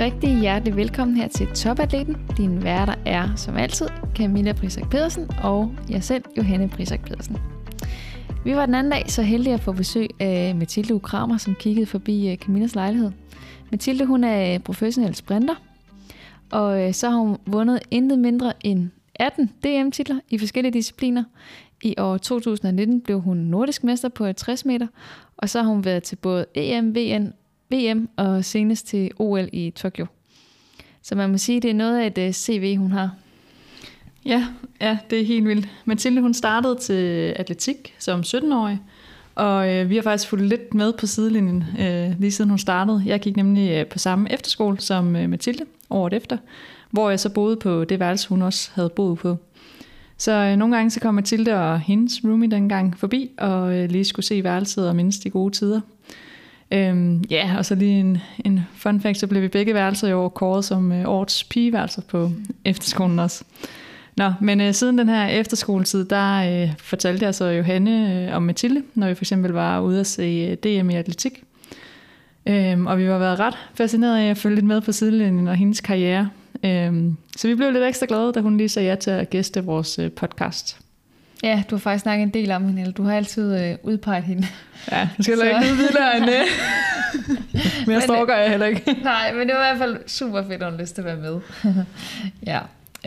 Rigtig hjertelig velkommen her til Topatleten. Din værter er som altid Camilla Prisak Pedersen og jeg selv, Johanne Prisak Pedersen. Vi var den anden dag så heldige at få besøg af Mathilde Kramer, som kiggede forbi Camillas lejlighed. Mathilde, hun er professionel sprinter, og så har hun vundet intet mindre end 18 DM-titler i forskellige discipliner. I år 2019 blev hun nordisk mester på 60 meter, og så har hun været til både EM, VM og senest til OL i Tokyo. Så man må sige, at det er noget af et CV, hun har. Ja, det er helt vildt. Mathilde, hun startede til atletik som 17-årig, og vi har faktisk fulgt lidt med på sidelinjen lige siden hun startede. Jeg gik nemlig på samme efterskole som Mathilde året efter, hvor jeg så boede på det værelse, hun også havde boet på. Så nogle gange så kom Mathilde og hendes roomie dengang forbi, og lige skulle se værelset og mindes de gode tider. Og så lige en fun fact, så blev vi begge værelser i år kåret som årets pigeværelser på efterskolen også. Nå, men siden den her efterskoletid, der fortalte jeg så Johanne om Mathilde, når vi for eksempel var ude at se DM i atletik. Og vi var været ret fascineret af at følge lidt med på sidelinjen og hendes karriere. Så vi blev lidt ekstra glade, da hun lige sagde ja til at gæste vores podcast. Ja, du har faktisk snakket en del om hende, eller du har altid udpeget hende. Ja, jeg skal heller ikke videre end det. Men jeg stalker jeg heller ikke. Nej, men det var i hvert fald super fedt, at hun lyst til at være med. Ja.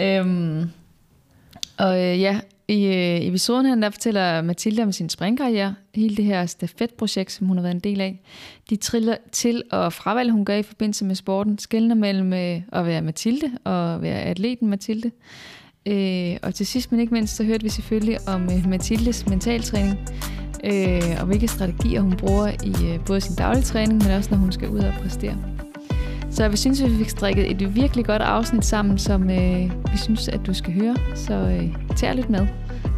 I episoden her, der fortæller Mathilde om sin springkarriere, hele det her stafetprojekt, som hun har været en del af. De triller til og fravalg, hun gør i forbindelse med sporten, skelner mellem at være Mathilde og være atleten Mathilde. Og til sidst, men ikke mindst, så hørte vi selvfølgelig om Mathildes mentaltræning, og hvilke strategier hun bruger i både sin daglige træning, men også når hun skal ud og præstere. Så vi synes, vi fik strikket et virkelig godt afsnit sammen, som vi synes, at du skal høre. Så tag lidt med.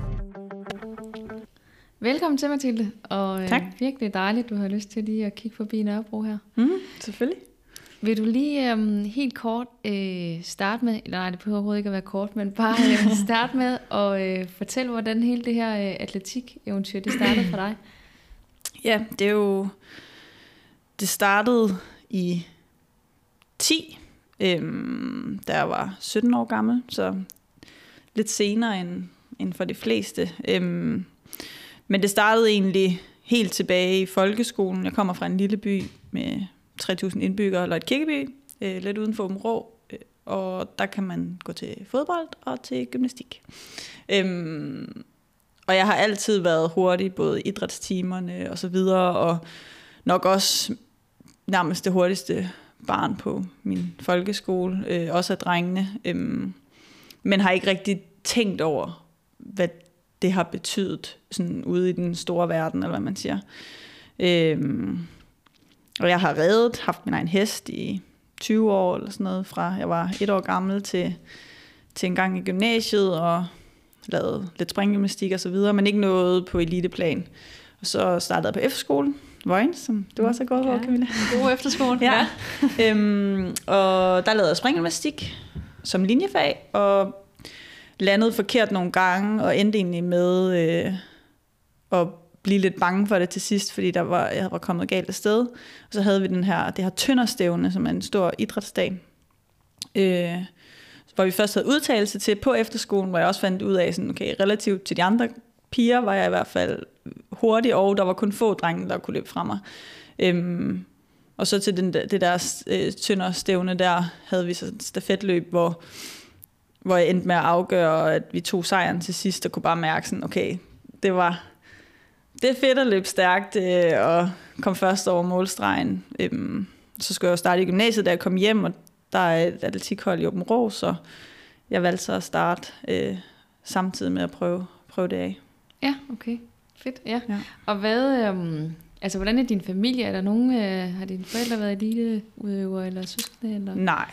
Velkommen til, Mathilde. Og tak. Virkelig dejligt, at du har lyst til lige at kigge forbi Nørrebro her. Selvfølgelig. Vil du lige helt kort starte med, eller nej, det behøver overhovedet ikke at være kort, men bare starte med at fortælle, hvordan hele det her atletik-eventyr, det startede for dig? Ja, det startede i 10, da jeg var 17 år gammel, så lidt senere end for de fleste. Men det startede egentlig helt tilbage i folkeskolen. Jeg kommer fra en lille by med 3.000 indbyggere, eller et kirkeby, lidt uden for Aabenraa, og der kan man gå til fodbold og til gymnastik. Og jeg har altid været hurtig, både i idrætstimerne og så videre, og nok også nærmest det hurtigste barn på min folkeskole, også af drengene, men har ikke rigtig tænkt over, hvad det har betydet sådan ude i den store verden, eller hvad man siger. Og jeg har haft min egen hest i 20 år, eller sådan noget, fra jeg var 1 år gammel til en gang i gymnasiet, og lavet lidt springgymnastik og så videre, men ikke noget på eliteplan. Og så startede jeg på efterskolen, Vojens, som du også har gået på, Camilla. En god efterskole. Ja. Og der lavede jeg springgymnastik som linjefag, og landede forkert nogle gange, og endte egentlig med at blive lidt bange for det til sidst, fordi jeg var kommet galt af sted. Og så havde vi det her Tønderstævne, som er en stor idrætsdag, hvor vi først havde udtalelse til på efterskolen, hvor jeg også fandt ud af, sådan, okay, relativt til de andre piger var jeg i hvert fald hurtig, og der var kun få drenge, der kunne løbe fra mig. Og så til det der Tønderstævne, der havde vi så et stafetløb, hvor jeg endte med at afgøre, at vi tog sejren til sidst, og kunne bare mærke sådan, okay, det er fedt at løbe stærkt, og kom først over målstregen. Så skulle jeg jo starte i gymnasiet, da jeg kom hjem, og der er et atletikhold i Aabenraa, så jeg valgte så at starte samtidig med at prøve det af. Ja, okay. Fedt, ja. Og hvordan er din familie? Er der nogen, har dine forældre været eliteudøvere, eller søskende? Eller? Nej.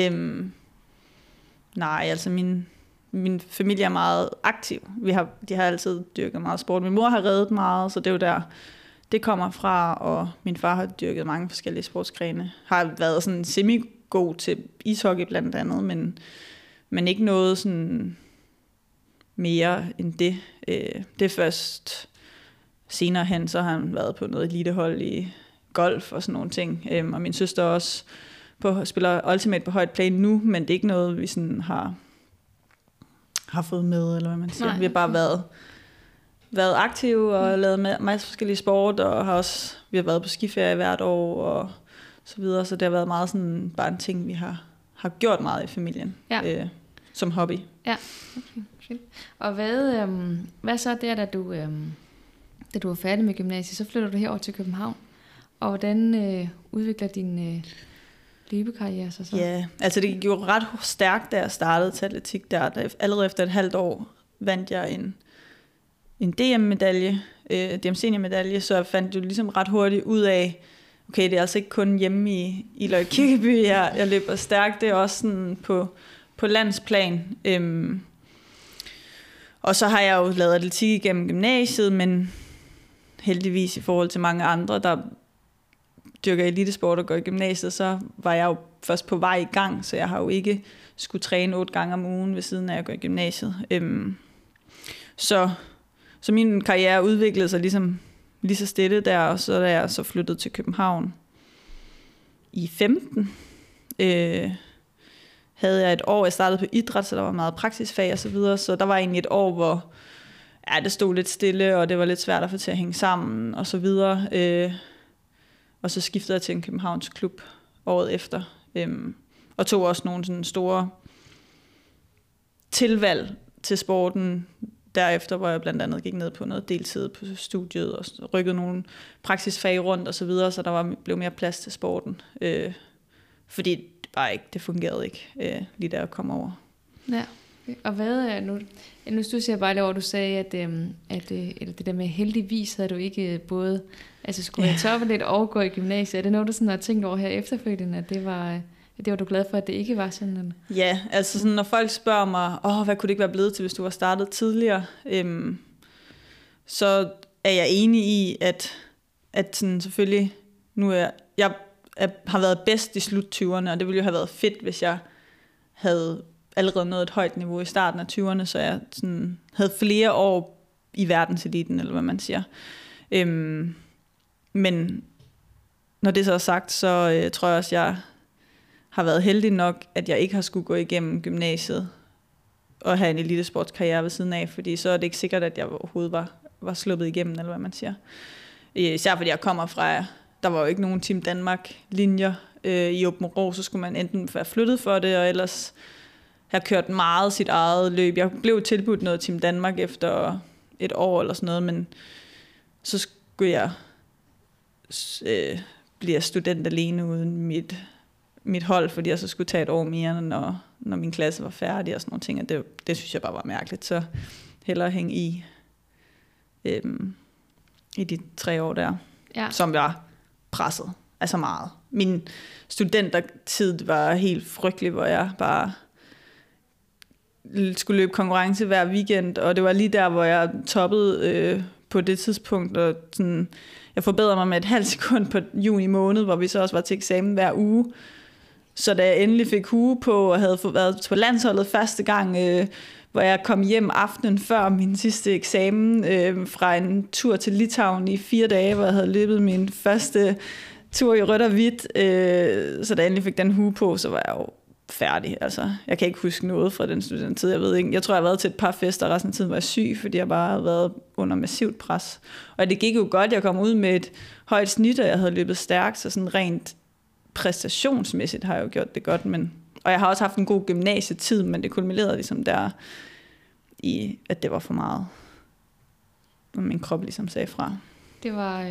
Nej, altså min familie er meget aktiv. De har altid dyrket meget sport. Min mor har reddet meget, så det er jo der, det kommer fra, og min far har dyrket mange forskellige sportsgrene. Har været sådan semi-god til ishockey blandt andet, men ikke noget sådan mere end det. Det er først senere hen, så har han været på noget elitehold i golf og sådan nogle ting. Og min søster også spiller Ultimate på højt plan nu, men det er ikke noget, vi sådan har fået med, eller hvad man siger. Nej. Vi har bare været aktive og lavet masser forskellige sport, og vi har været på skiferie hvert år, og så videre, så det har været meget sådan, bare en ting, vi har gjort meget i familien, som hobby. Ja, okay. Og hvad så der, da du var færdig med gymnasiet, så flytter du herover til København, og hvordan udvikler din løbekarriere sig så? Ja, altså det gik jo ret stærkt, da jeg startede til atletik der. Allerede efter et halvt år vandt jeg en DM-medalje, DM-senior-medalje, så jeg fandt jo ligesom ret hurtigt ud af, okay, det er altså ikke kun hjemme i Løje Kirkeby, jeg løber stærkt, det er også sådan på landsplan. Og så har jeg jo lavet atletik igennem gymnasiet, men heldigvis i forhold til mange andre, der dyrker elitesport og går i gymnasiet, så var jeg jo først på vej i gang, så jeg har jo ikke skulle træne 8 gange om ugen ved siden af at gå i gymnasiet. Så min karriere udviklede sig ligesom lige så stille der, og så da jeg så flyttede til København i 15, havde jeg et år, jeg startede på idræt, så der var meget praksisfag og så videre, så der var egentlig et år, hvor det stod lidt stille, og det var lidt svært at få til at hænge sammen og så videre. Og så skiftede jeg til en Københavns klub året efter, og tog også nogle sådan store tilvalg til sporten derefter, hvor jeg blandt andet gik ned på noget deltid på studiet og rykkede nogle praksisfag rundt og så videre, så der blev mere plads til sporten, fordi det fungerede ikke lige da jeg kom over. Ja, og hvad nu siger jeg bare det over, du sagde, at det der med heldigvis havde du ikke både skulle være topatlet og gå i gymnasiet. Er det noget, du sådan har tænkt over her efterfølgende, at det var du glad for, at det ikke var sådan? Ja, altså sådan, når folk spørger mig, hvad kunne det ikke være blevet til, hvis du var startet tidligere, så er jeg enig i, at sådan, selvfølgelig, nu jeg har været bedst i slut 20'erne, og det ville jo have været fedt, hvis jeg havde allerede nået et højt niveau i starten af 20'erne, så jeg sådan, havde flere år i verdenseliten, eller hvad man siger. Men når det så er sagt, så tror jeg også, jeg har været heldig nok, at jeg ikke har skulle gå igennem gymnasiet og have en elitesportskarriere ved siden af, fordi så er det ikke sikkert, at jeg overhovedet var sluppet igennem, eller hvad man siger. Især fordi jeg kommer fra, der var jo ikke nogen Team Danmark-linjer i Aabenraa, så skulle man enten være flyttet for det, og ellers have kørt meget sit eget løb. Jeg blev tilbudt noget Team Danmark efter et år eller sådan noget, men så skulle jeg blive student alene uden mit hold, fordi jeg så skulle tage et år mere, når min klasse var færdig og sådan nogle ting, og det synes jeg bare var mærkeligt. Så hellere hænge i de 3 år der, som jeg presset, altså meget. Min studentertid var helt frygtelig, hvor jeg bare skulle løbe konkurrence hver weekend, og det var lige der, hvor jeg toppede på det tidspunkt, og sådan, jeg forbedrede mig med et halvt sekund på juni måned, hvor vi så også var til eksamen hver uge. Så da jeg endelig fik hue på, og havde været på landsholdet første gang, hvor jeg kom hjem aftenen før min sidste eksamen, fra en tur til Litauen i 4 dage, hvor jeg havde løbet min første tur i rødt og hvidt, så da jeg endelig fik den hue på, så var jeg jo færdig. Altså, jeg kan ikke huske noget fra den studenttid. Jeg tror, jeg har været til et par fester, og resten af tiden var jeg syg, fordi jeg bare havde været under massivt pres. Og det gik jo godt. Jeg kom ud med et højt snit, og jeg havde løbet stærkt, så sådan rent præstationsmæssigt har jeg jo gjort det godt. Og jeg har også haft en god gymnasietid, men det kulminerede ligesom der i, at det var for meget. Og min krop ligesom sagde fra. Det var.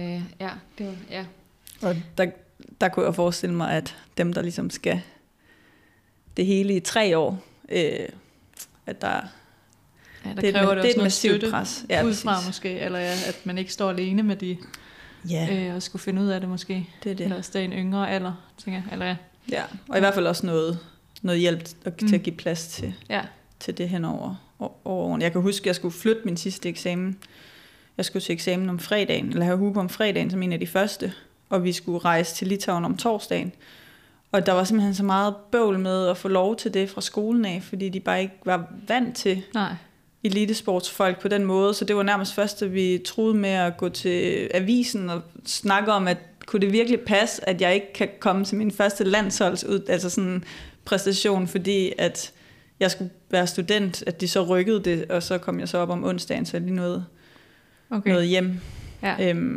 Og der kunne jeg forestille mig, at dem, der ligesom skal det hele i 3 år, at der det kræver det også noget støtte pres. Udefra måske, eller at man ikke står alene med de, og skulle finde ud af det måske. Det. Eller stadig en yngre alder, tænker jeg. Eller ja, og i hvert fald også noget hjælp til at give plads til det hen over årene. Jeg kan huske, at jeg skulle flytte min sidste eksamen. Jeg skulle til eksamen om fredagen, eller have hue på om fredagen, som en af de første, og vi skulle rejse til Litauen om torsdagen. Og der var simpelthen så meget bøvl med at få lov til det fra skolen af, fordi de bare ikke var vant til elitesportsfolk på den måde. Så det var nærmest først, at vi troede med at gå til avisen og snakke om, at kunne det virkelig passe, at jeg ikke kan komme til min første altså sådan præstation, fordi at jeg skulle være student, at de så rykkede det, og så kom jeg så op om onsdagen, så jeg lige noget hjem. Ja.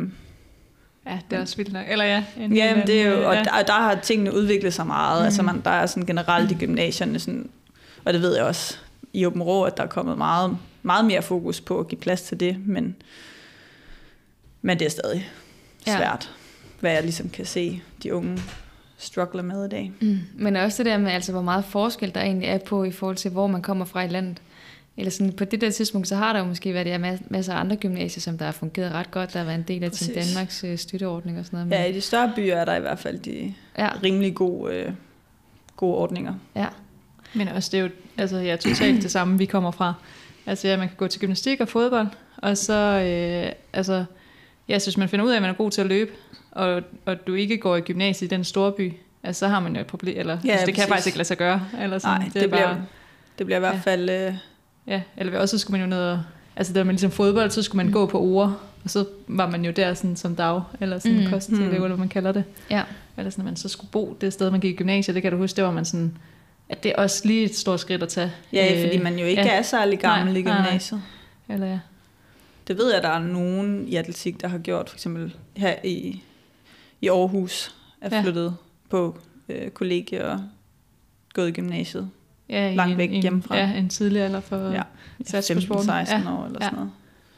Ja, det er også vildt nok. Eller det er jo, og der har tingene udviklet sig meget. Altså der er sådan generelt i gymnasierne, sådan, og det ved jeg også i Aabenraa, at der er kommet meget, meget mere fokus på at give plads til det, men det er stadig svært, hvad jeg ligesom kan se de unge struggler med i dag. Men også det der med, altså, hvor meget forskel der egentlig er på i forhold til, hvor man kommer fra i landet. Eller sådan, på det der tidspunkt, så har der jo måske været masser af andre gymnasier, som der har fungeret ret godt. Der har været en del af Team Danmarks støtteordning og sådan noget. Men... Ja, i de større byer er der i hvert fald de rimelig gode ordninger. Ja. Men også det er jo altså, totalt det samme, vi kommer fra. Altså man kan gå til gymnastik og fodbold, og så hvis man finder ud af, at man er god til at løbe, og du ikke går i gymnasiet i den store by, altså, så har man jo et problem. Eller, det kan faktisk ikke lade sig gøre. Eller sådan. Nej, det bliver i hvert fald... eller også skulle man jo ned og... Altså da man ligesom fodbold, så skulle man gå på ord, og så var man jo der sådan som dag, eller sådan kostelev, eller hvad man kalder det. Ja. Eller sådan, at man så skulle bo det sted, man gik i gymnasiet, det kan du huske, det var man sådan... At det er også lige et stort skridt at tage. Ja, fordi man jo ikke er særlig gammel i gymnasiet. Eller Det ved jeg, der er nogen i atletik, der har gjort, for eksempel her i Aarhus, er flyttet på kollegie og gået i gymnasiet. Ja, langt væk hjemmefra. Ja, en tidlig alder for sats på sporten. 15-16 år eller sådan noget.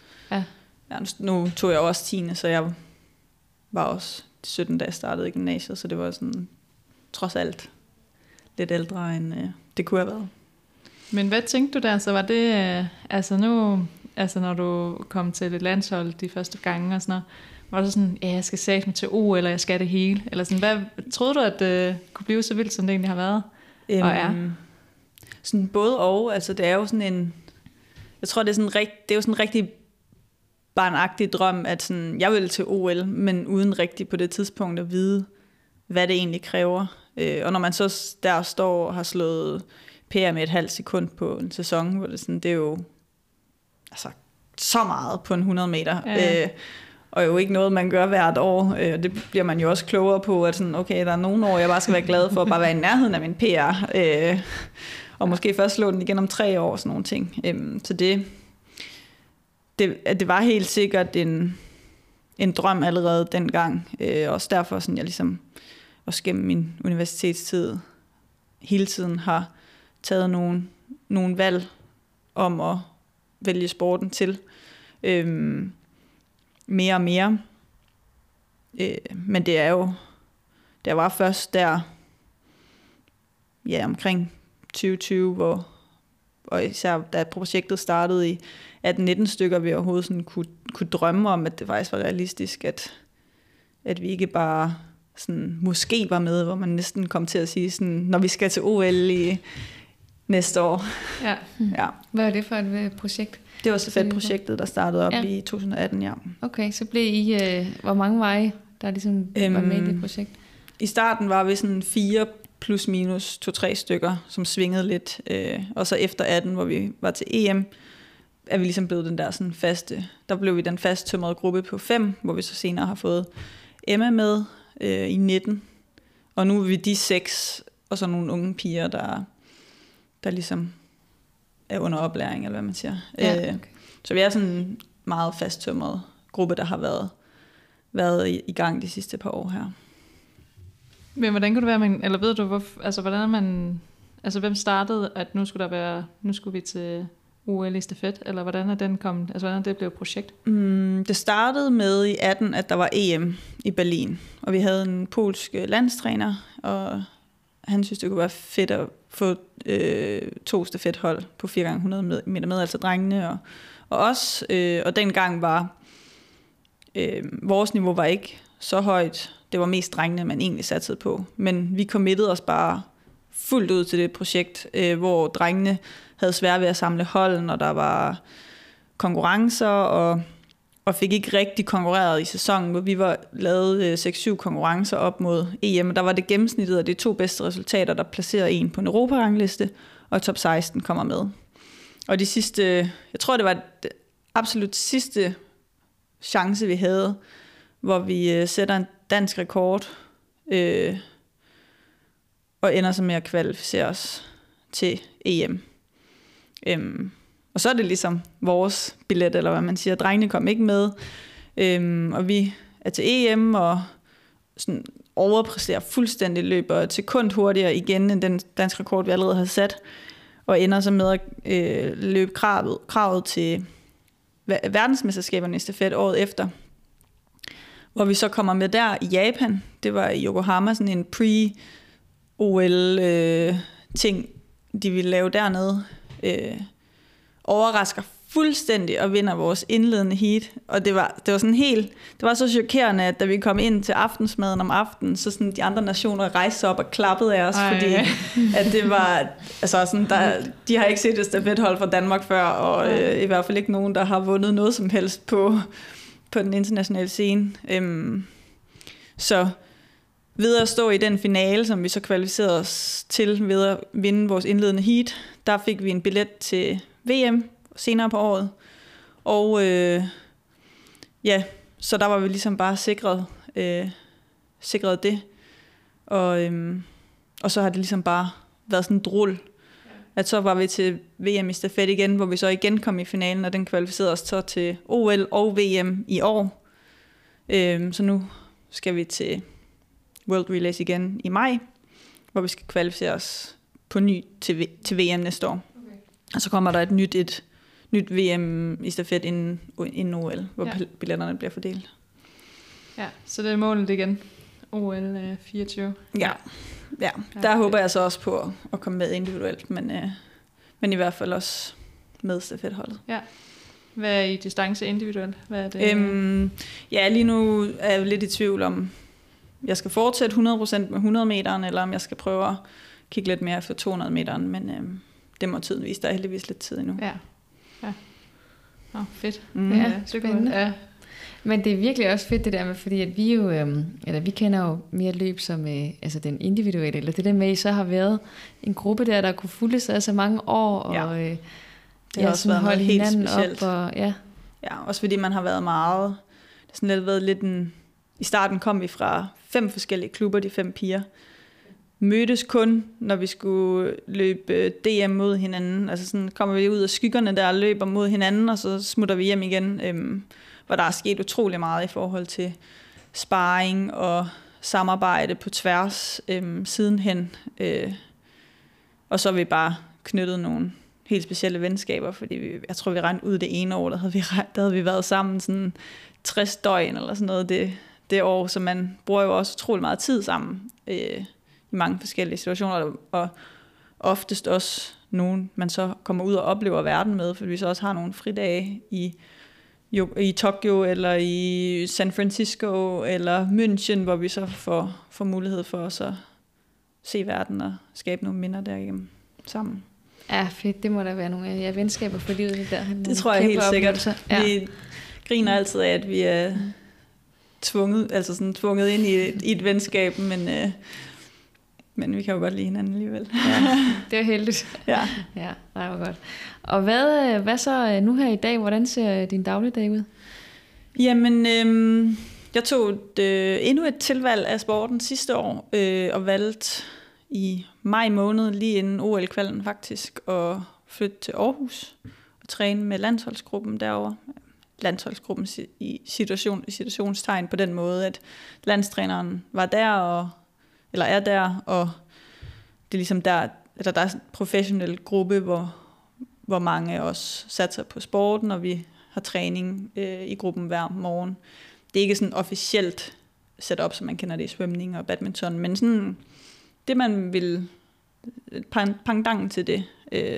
Ja, nu tog jeg også 10. Så jeg var også 17, da jeg startede i gymnasiet, så det var sådan trods alt lidt ældre, end det kunne have været. Men hvad tænkte du der? Så var det, når du kom til et landshold de første gange og sådan noget, var det sådan, jeg skal sætte mig til O, eller jeg skal det hele? Eller sådan, hvad troede du, at det kunne blive så vildt, som det egentlig har været? Og er? Sådan både og, altså det er jo sådan en, jeg tror det er sådan en rigtig barnagtig drøm, at sådan, jeg vil til OL, men uden rigtig på det tidspunkt at vide, hvad det egentlig kræver. Og når man så der står og har slået PR med et halvt sekund på en sæson, hvor det er jo altså, så meget på en 100 meter. Ja. Og jo ikke noget, man gør hvert år. Og det bliver man jo også klogere på, at sådan, okay, der er nogle år, jeg bare skal være glad for at bare være i nærheden af min PR. Og måske først slå den igen om 3 år, sådan nogle ting. Så det var helt sikkert en drøm allerede dengang. Også derfor, sådan, jeg ligesom også gennem min universitetstid hele tiden har taget nogle valg om at vælge sporten til. Mere og mere. Men det var først der, omkring 2020, og især da projektet startede i 18-19 stykker, vi overhovedet sådan kunne drømme om, at det faktisk var realistisk, at vi ikke bare sådan, måske var med, hvor man næsten kom til at sige, sådan, når vi skal til OL i næste år. Ja. Ja. Hvad var det for et projekt? Det var så fedt projektet, der startede op i 2018, ja. Okay, så blev I, hvor mange veje, der ligesom var med i det projekt? I starten var vi sådan 4 plus minus 2-3 stykker, som svingede lidt. Og så efter 18, hvor vi var til EM, er vi ligesom blevet den der sådan faste. Der blev vi den fasttømrede gruppe på 5, hvor vi så senere har fået Emma med i 19. Og nu er vi de 6, og så nogle unge piger, der ligesom er under oplæring, eller hvad man siger. Ja, okay. Så vi er sådan en meget fasttømret gruppe, der har været i gang de sidste par år her. Men hvordan kunne det være, eller ved du, hvordan er man, altså hvem startede, at nu skulle vi til OL i stafet, eller hvordan er den kommet, altså hvordan er det blevet et projekt? Det startede med i 18, at der var EM i Berlin, og vi havde en polsk landstræner, og han synes, det kunne være fedt at få 2 stafethold på 4x100 meter med, altså drengene og os. Og dengang var vores niveau var ikke så højt. Det var mest drengene, man egentlig satsede på. Men vi committede os bare fuldt ud til det projekt, hvor drengene havde svært ved at samle hold, når der var konkurrencer, og fik ikke rigtig konkurreret i sæsonen, hvor vi var lavet 6-7 konkurrencer op mod EM, og der var det gennemsnittet af de 2 bedste resultater, der placerer en på en Europa-rangliste, og top 16 kommer med. Og de sidste, jeg tror det var det absolut sidste chance, vi havde, hvor vi sætter dansk rekord, og ender så med at kvalificere os til EM. Og så er det ligesom vores billet, eller hvad man siger. Drengene kom ikke med, og vi er til EM, og sådan overpræsterer fuldstændig, løber et sekund hurtigere igen, end den dansk rekord, vi allerede har sat, og ender så med at løbe kravet til verdensmesterskaberne i stafet året efter, hvor vi så kommer med der i Japan. Det var i Yokohama, sådan en pre-OL de ville lave dernede. Overrasker fuldstændig og vinder vores indledende heat. Og det var sådan helt, det var så chokerende, at da vi kom ind til aftensmaden om aftenen, så sådan de andre nationer rejste sig op og klappede af os, fordi at det var, altså sådan, de har ikke set et stafethold fra Danmark før, og i hvert fald ikke nogen, der har vundet noget som helst på den internationale scene. Så ved at stå i den finale, som vi så kvalificerede os til ved at vinde vores indledende heat, der fik vi en billet til VM senere på året. Og så der var vi ligesom bare sikret det. Og så har det ligesom bare været sådan en drul. At så var vi til VM i stafet igen, hvor vi så igen kom i finalen, og den kvalificerede os så til OL og VM i år. Så nu skal vi til World Relays igen i maj, hvor vi skal kvalificere os på ny til VM næste år. Okay. Og så kommer der et nyt VM i stafet inden OL, hvor billetterne bliver fordelt. Ja, så det er målet igen. OL 24. Ja. Der håber jeg så også på at komme med individuelt, men i hvert fald også med stafetholdet. Ja. Hvad er i distance individuelt? Hvad er det? Lige nu er jeg lidt i tvivl om, jeg skal fortsætte 100% med 100 meteren, eller om jeg skal prøve at kigge lidt mere efter 200 meteren, men det må tiden vise. Der er heldigvis lidt tid endnu. Ja. Fedt. Ja, spændende. Ja. Men det er virkelig også fedt det der med, fordi at vi jo, vi kender jo mere løb som altså den individuelle, eller det der med, I så har været en gruppe der kunne fulgte sig så mange år, og det har også været noget helt specielt. Op, og, ja, også fordi man har været meget, det har sådan lidt været lidt i starten kom vi fra 5 forskellige klubber, de 5 piger, mødtes kun, når vi skulle løbe DM mod hinanden. Altså sådan kommer vi ud af skyggerne der og løber mod hinanden, og så smutter vi hjem igen, hvor der er sket utrolig meget i forhold til sparring og samarbejde på tværs sidenhen. Og så har vi bare knyttet nogle helt specielle venskaber, fordi jeg tror, vi rendte ud det ene år, der havde vi været sammen sådan 60 døgn eller sådan noget det år, så man bruger jo også utrolig meget tid sammen i mange forskellige situationer, og oftest også nogen, man så kommer ud og oplever verden med, fordi vi så også har nogle fridage i Tokyo, eller i San Francisco, eller München, hvor vi så får mulighed for at så se verden og skabe nogle minder derigennem sammen. Ja, fedt. Det må der være nogle af jer venskaber for livet der. Det tror jeg helt sikkert. Ja. Vi griner altid af, at vi er tvunget ind i et venskab, men vi kan jo godt lide hinanden alligevel. Ja, det er heldigt. Ja, det var godt. Og hvad så nu her i dag? Hvordan ser din dagligdag ud? Jamen, jeg tog endnu et tilvalg af sporten sidste år, og valgte i maj måned, lige inden OL-kvalden faktisk, at flytte til Aarhus og træne med landsholdsgruppen derovre. Landsholdsgruppen i situationstegn på den måde, at landstræneren var der, eller er der, og det er ligesom der er en professionel gruppe, hvor mange af os satser på sporten, og vi har træning i gruppen hver morgen. Det er ikke sådan officielt sat op, som man kender det i svømning og badminton, men sådan det, man vil pendant til det.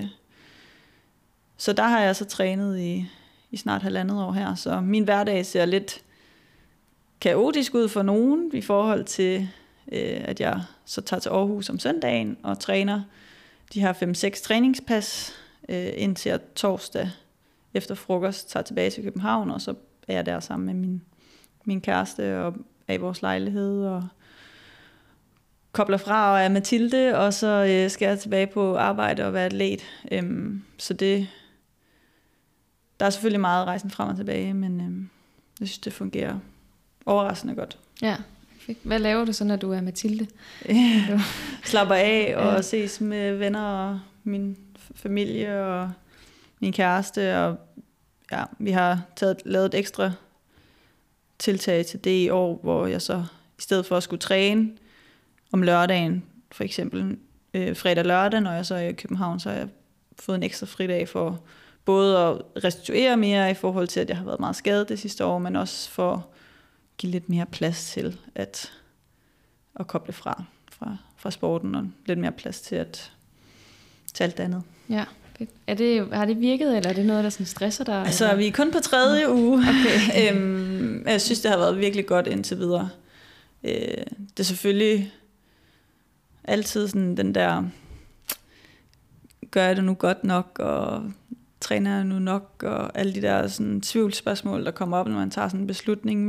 Så der har jeg så trænet i snart 1,5 år her, så min hverdag ser lidt kaotisk ud for nogen i forhold til, at jeg så tager til Aarhus om søndagen og træner de her 5-6 træningspas, indtil jeg torsdag efter frokost tager tilbage til København, og så er jeg der sammen med min kæreste og er i vores lejlighed og kobler fra og er Mathilde, og så skal jeg tilbage på arbejde og være atlet. Så der er selvfølgelig meget rejsen frem og tilbage, men jeg synes, det fungerer overraskende godt. Ja, Hvad laver du så, når du er Mathilde? Slapper af og ses med venner og min familie og min kæreste. Og ja, vi har lavet et ekstra tiltag til det i år, hvor jeg så i stedet for at skulle træne om lørdagen, for eksempel fredag lørdag, når jeg så er i København, så har jeg fået en ekstra fridag for både at restituere mere i forhold til, at jeg har været meget skadet det sidste år, men også for at give lidt mere plads til at koble fra sporten, og lidt mere plads til alt det andet. Ja, har det virket, eller er det noget, der sådan stresser dig? Altså, eller? Vi er kun på 3. uge. Okay. Jeg synes, det har været virkelig godt indtil videre. Det er selvfølgelig altid sådan den der, gør jeg det nu godt nok, og træner jeg nu nok, og alle de der sådan tvivlsspørgsmål, der kommer op, når man tager sådan en beslutning.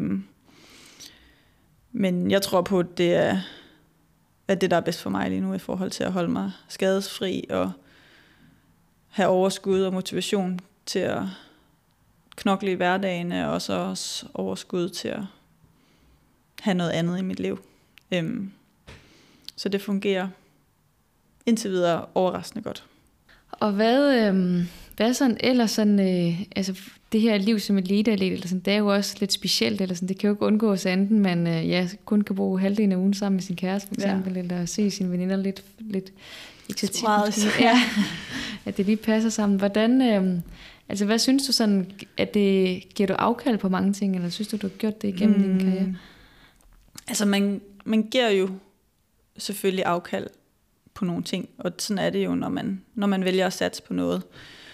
Men jeg tror på, at det er det, der er bedst for mig lige nu, i forhold til at holde mig skadesfri, og have overskud og motivation til at knokle i hverdagen, og så også overskud til at have noget andet i mit liv. Så det fungerer indtil videre overraskende godt. Og hvad sådan ellers sådan, altså det her liv som eliteatlet, eller sådan, det er jo også lidt specielt, eller sådan, det kan jo ikke undgås enten man kun kan bruge halvdelen af ugen sammen med sin kæreste for eksempel, eller se sine veninder lidt ikke så tit, at det lige passer sammen. Hvordan, altså hvad synes du sådan, at det giver du afkald på mange ting, eller synes du har gjort det igennem din karriere? Altså man giver jo selvfølgelig afkald på nogle ting, og sådan er det jo, når man vælger at satse på noget.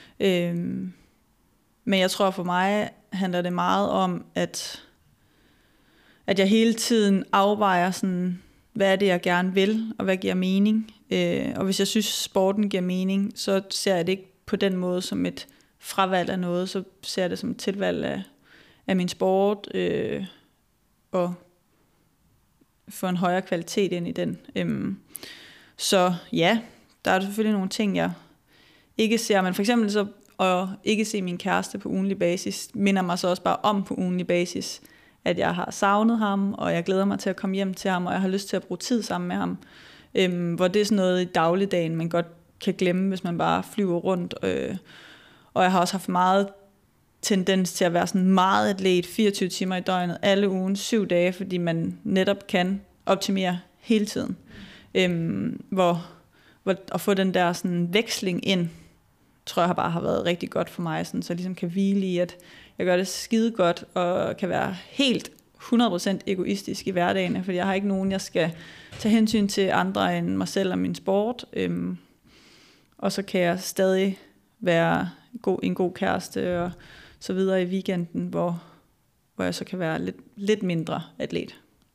Men jeg tror, for mig handler det meget om, at jeg hele tiden afvejer sådan, hvad er det, jeg gerne vil, og hvad giver mening. Og hvis jeg synes, sporten giver mening, så ser jeg det ikke på den måde som et fravalg af noget, så ser jeg det som et tilvalg af min sport, og få en højere kvalitet ind i den. Så ja, der er selvfølgelig nogle ting, jeg ikke ser, men for eksempel så at ikke se min kæreste på ugentlig basis, minder mig så også bare om på ugentlig basis, at jeg har savnet ham, og jeg glæder mig til at komme hjem til ham, og jeg har lyst til at bruge tid sammen med ham. Hvor det er sådan noget i dagligdagen, man godt kan glemme, hvis man bare flyver rundt. Og jeg har også haft meget tendens til at være sådan meget atlet, 24 timer i døgnet, alle ugen, 7 dage, fordi man netop kan optimere hele tiden. Hvor at få den der sådan veksling ind, tror jeg bare har været rigtig godt for mig, sådan, så jeg ligesom kan hvile i, at jeg gør det skide godt, og kan være helt 100% egoistisk i hverdagen, fordi jeg har ikke nogen, jeg skal tage hensyn til andre end mig selv og min sport. Og så kan jeg stadig være en god kæreste og så videre i weekenden, hvor jeg så kan være lidt mindre atlet.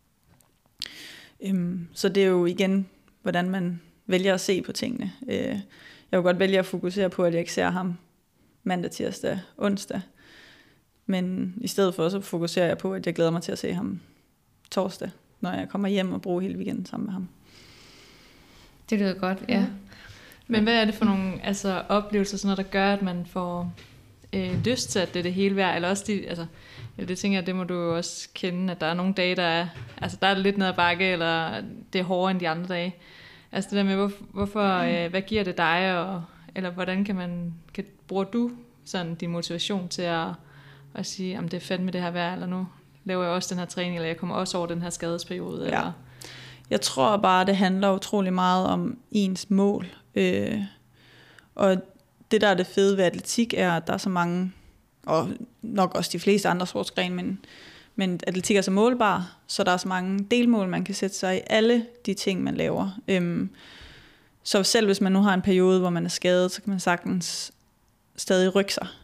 Så det er jo igen, hvordan man vælger at se på tingene. Jeg vil godt vælge at fokusere på, at jeg ikke ser ham mandag, tirsdag, onsdag. Men i stedet for, så fokuserer jeg på, at jeg glæder mig til at se ham torsdag, når jeg kommer hjem og bruger hele weekenden sammen med ham. Det lyder godt, ja. Men hvad er det for nogle oplevelser, sådan noget, der gør, at man får lyst til, at det er det hele værd? Eller også det tænker jeg, det må du jo også kende, at der er nogle dage, der er lidt ned ad bakke, eller det er hårdere end de andre dage. Altså det der med, hvorfor, hvad giver det dig, eller hvordan bruger du sådan din motivation til at sige, om det er fandme det her værd, eller nu laver jeg også den her træning, eller jeg kommer også over den her skadesperiode. Ja. Eller? Jeg tror bare, det handler utrolig meget om ens mål. Og det, der er det fede ved atletik, er, at der er så mange, og nok også de fleste andre sportsgrene, men atletik er så målbar, så der er så mange delmål, man kan sætte sig i alle de ting, man laver. Så selv hvis man nu har en periode, hvor man er skadet, så kan man sagtens stadig rykke sig.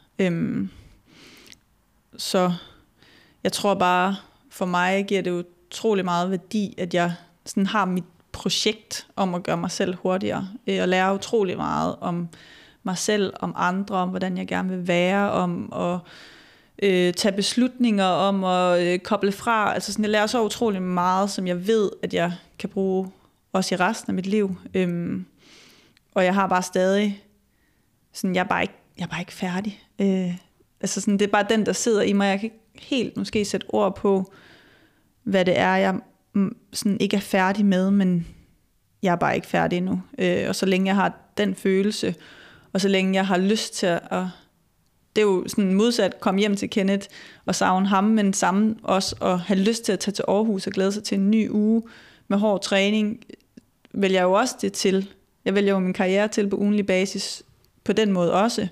Så jeg tror bare, for mig giver det utrolig meget værdi, at jeg sådan har mit projekt om at gøre mig selv hurtigere, og lære utrolig meget om mig selv, om andre, om hvordan jeg gerne vil være, om at tage beslutninger, om at koble fra. Altså sådan, jeg lærer så utrolig meget, som jeg ved, at jeg kan bruge også i resten af mit liv. Og jeg har bare stadig, sådan, jeg er bare ikke færdig. Altså sådan, det er bare den, der sidder i mig. Jeg kan ikke helt måske sætte ord på, hvad det er, jeg sådan ikke er færdig med, men jeg er bare ikke færdig endnu. Og så længe jeg har den følelse, og så længe jeg har lyst til at... Det er jo sådan modsat, komme hjem til Kenneth og savne ham, men sammen også at have lyst til at tage til Aarhus og glæde sig til en ny uge med hård træning, vælger jeg jo også det til. Jeg vælger jo min karriere til på ugenlig basis på den måde også.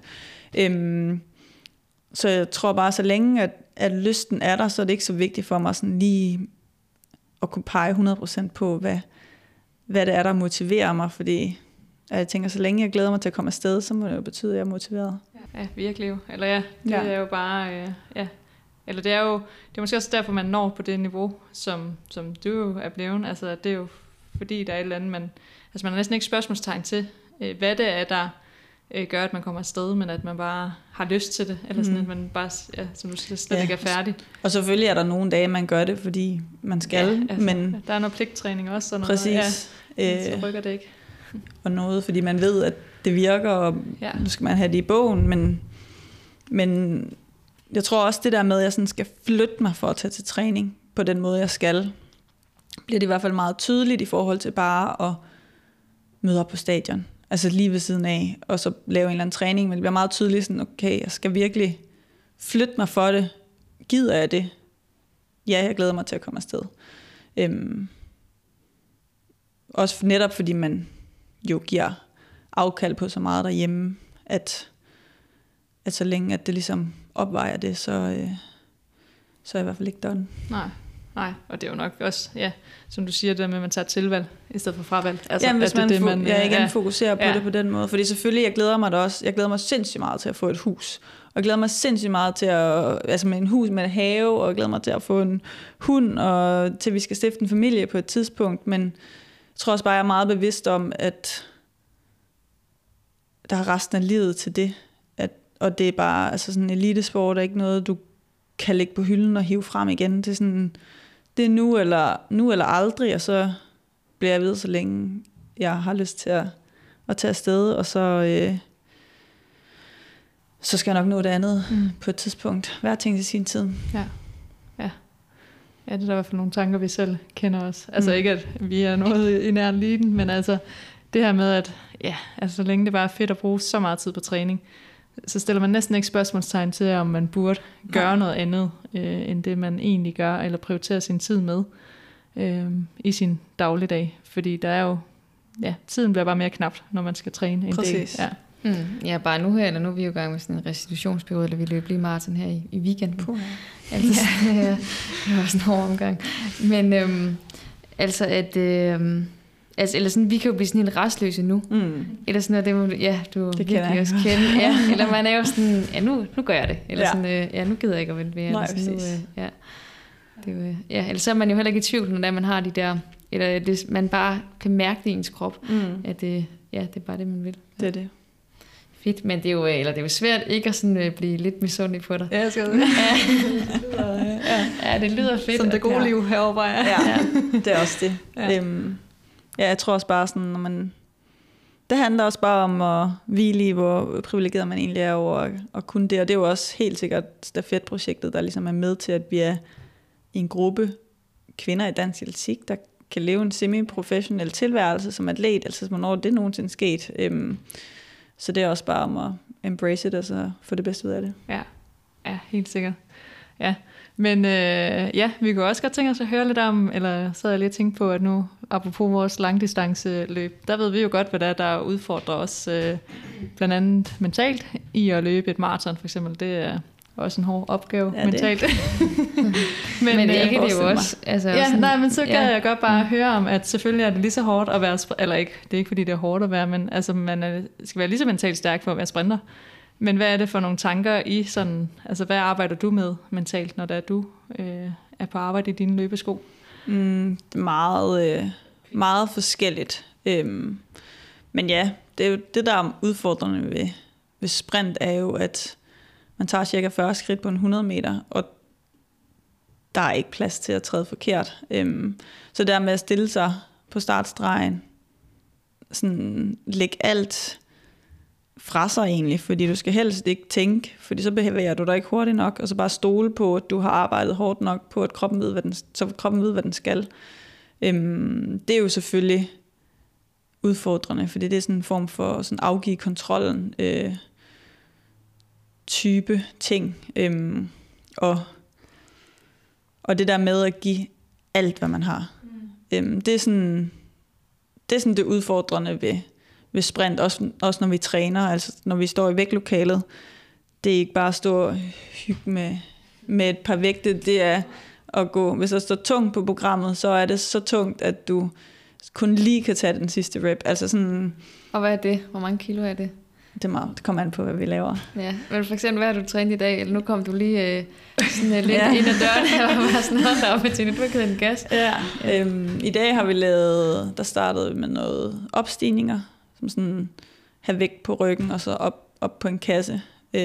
Så jeg tror bare, så længe at lysten er der, så er det ikke så vigtigt for mig sådan lige at kunne pege 100% på, hvad det er, der motiverer mig, fordi jeg tænker, så længe jeg glæder mig til at komme afsted, så må det jo betyde, at jeg er motiveret. Ja, virkelig jo. Eller ja, det er jo bare, eller det er måske også derfor, man når på det niveau, som du jo er blevet. Altså, det er jo fordi, der er et eller andet, man har næsten ikke spørgsmålstegn til, hvad det er, der gør, at man kommer afsted, men at man bare har lyst til det, eller sådan, at man bare, som du siger, slet ikke er færdig. Og selvfølgelig er der nogle dage, man gør det, fordi man skal, altså, men... Der er noget pligttræning også, og noget, præcis. Så rykker det ikke. Og noget, fordi man ved, at det virker, og nu skal man have det i bogen, men jeg tror også det der med, at jeg sådan skal flytte mig for at tage til træning på den måde, jeg skal, bliver det i hvert fald meget tydeligt i forhold til bare at møde op på stadion. Altså lige ved siden af, og så lave en eller anden træning, men det bliver meget tydeligt sådan, okay, jeg skal virkelig flytte mig for det. Gider jeg det? Ja, jeg glæder mig til at komme afsted. Også netop fordi man jo giver afkald på så meget derhjemme, at så længe at det ligesom opvejer det, så er jeg i hvert fald ikke done. Nej, og det er jo nok også, som du siger, det der med, at man tager tilvalg i stedet for fravalg. Altså, hvis man igen fokuserer på det på den måde. Fordi selvfølgelig, jeg glæder mig sindssygt meget til at få et hus. Og jeg glæder mig sindssygt meget til med en hus med en have, og jeg glæder mig til at få en hund, og til vi skal stifte en familie på et tidspunkt. Men jeg tror også bare, jeg er meget bevidst om, at der er resten af livet til det. Og det er bare, altså sådan en elitesport er ikke noget, du kan lægge på hylden og hive frem igen. Det er sådan, det er nu eller aldrig, og så bliver jeg ved, så længe jeg har lyst til at tage afsted, og så skal jeg nok nå det andet på et tidspunkt. Hver ting til sin tid. Ja, det er der i hvert fald nogle tanker, vi selv kender os. Altså ikke, at vi er noget i nær eliten, men altså det her med, at så længe det bare er fedt at bruge så meget tid på træning, så stiller man næsten ikke spørgsmålstegn til, om man burde gøre noget andet, end det man egentlig gør, eller prioritere sin tid med i sin dagligdag. Fordi der er jo, tiden bliver bare mere knapt, når man skal træne en del. Ja, bare nu her, eller nu er vi jo i gang med sådan en restitutionsperiode, eller vi løber lige maraton her i weekenden. Altså, det var også en hård omgang. Men altså at... eller sådan, vi kan jo blive sådan helt rastløse nu. Eller sådan noget, du det virkelig også kende. Ja, eller man er jo sådan, nu gør jeg det. Eller sådan, nu gider jeg ikke at vente mere. Nej, eller så er man jo heller ikke i tvivl, når man har de der, eller det, man bare kan mærke det i ens krop, at det er bare det, man vil. Det er det. Fedt, men det er jo svært ikke at sådan blive lidt misundelig på dig. Ja, jeg skal det. Ja, det lyder fedt. Som det gode liv herovre. Ja, det er også det. Ja, jeg tror også bare sådan, det handler også bare om at hvile i, hvor privilegeret man egentlig er over at kunne det. Og det er jo også helt sikkert stafetprojektet, der ligesom er med til, at vi er i en gruppe kvinder i dansk atletik, der kan leve en semi-professionel tilværelse som atlet, altså hvornår det nogensinde sket. Så det er også bare om at embrace it, og så få det bedste ud af det. Ja, helt sikkert. Ja, men vi kunne også godt tænke os at høre lidt om, eller så havde jeg lige tænkt på, at nu, apropos vores langdistanceløb, der ved vi jo godt, hvad der udfordrer os, blandt andet mentalt, i at løbe et maraton for eksempel. Det er også en hård opgave mentalt. men det er det jo også. Altså, men så gad jeg godt bare høre om, at selvfølgelig er det lige så hårdt at være, eller ikke, det er ikke fordi det er hårdt at være, men altså man skal være lige så mentalt stærk for at være sprinter. Men hvad er det for nogle tanker i sådan, altså hvad arbejder du med mentalt, når du er på arbejde i dine løbesko? Meget forskelligt. Men ja, det er jo det, der er udfordrende ved sprint, er jo, at man tager cirka 40 skridt på en 100 meter, og der er ikke plads til at træde forkert. Så der med at stille sig på startstregen, sådan lægge alt fra sig egentlig, fordi du skal helst ikke tænke, fordi så bevæger du dig ikke hurtigt nok, og så bare stole på, at du har arbejdet hårdt nok på, at kroppen ved, hvad den skal. Det er jo selvfølgelig udfordrende, fordi det er sådan en form for sådan afgive kontrollen type ting. Og det der med at give alt, hvad man har. Det er sådan det udfordrende ved sprint, også når vi træner, altså når vi står i vægtlokalet. Det er ikke bare at stå og hygge med et par vægte, det er at gå, hvis der står tungt på programmet, så er det så tungt, at du kun lige kan tage den sidste rep. Altså sådan, og hvad er det? Hvor mange kilo er det? Det kommer an på, hvad vi laver. Ja, men for eksempel, hvad har du trænet i dag? Eller nu kom du lige sådan lidt ind ad døren her, og var sådan noget deroppe til, du ikke havde en gas. Ja, i dag har vi der startede med noget opstigninger, som sådan have vægt på ryggen, og så op på en kasse.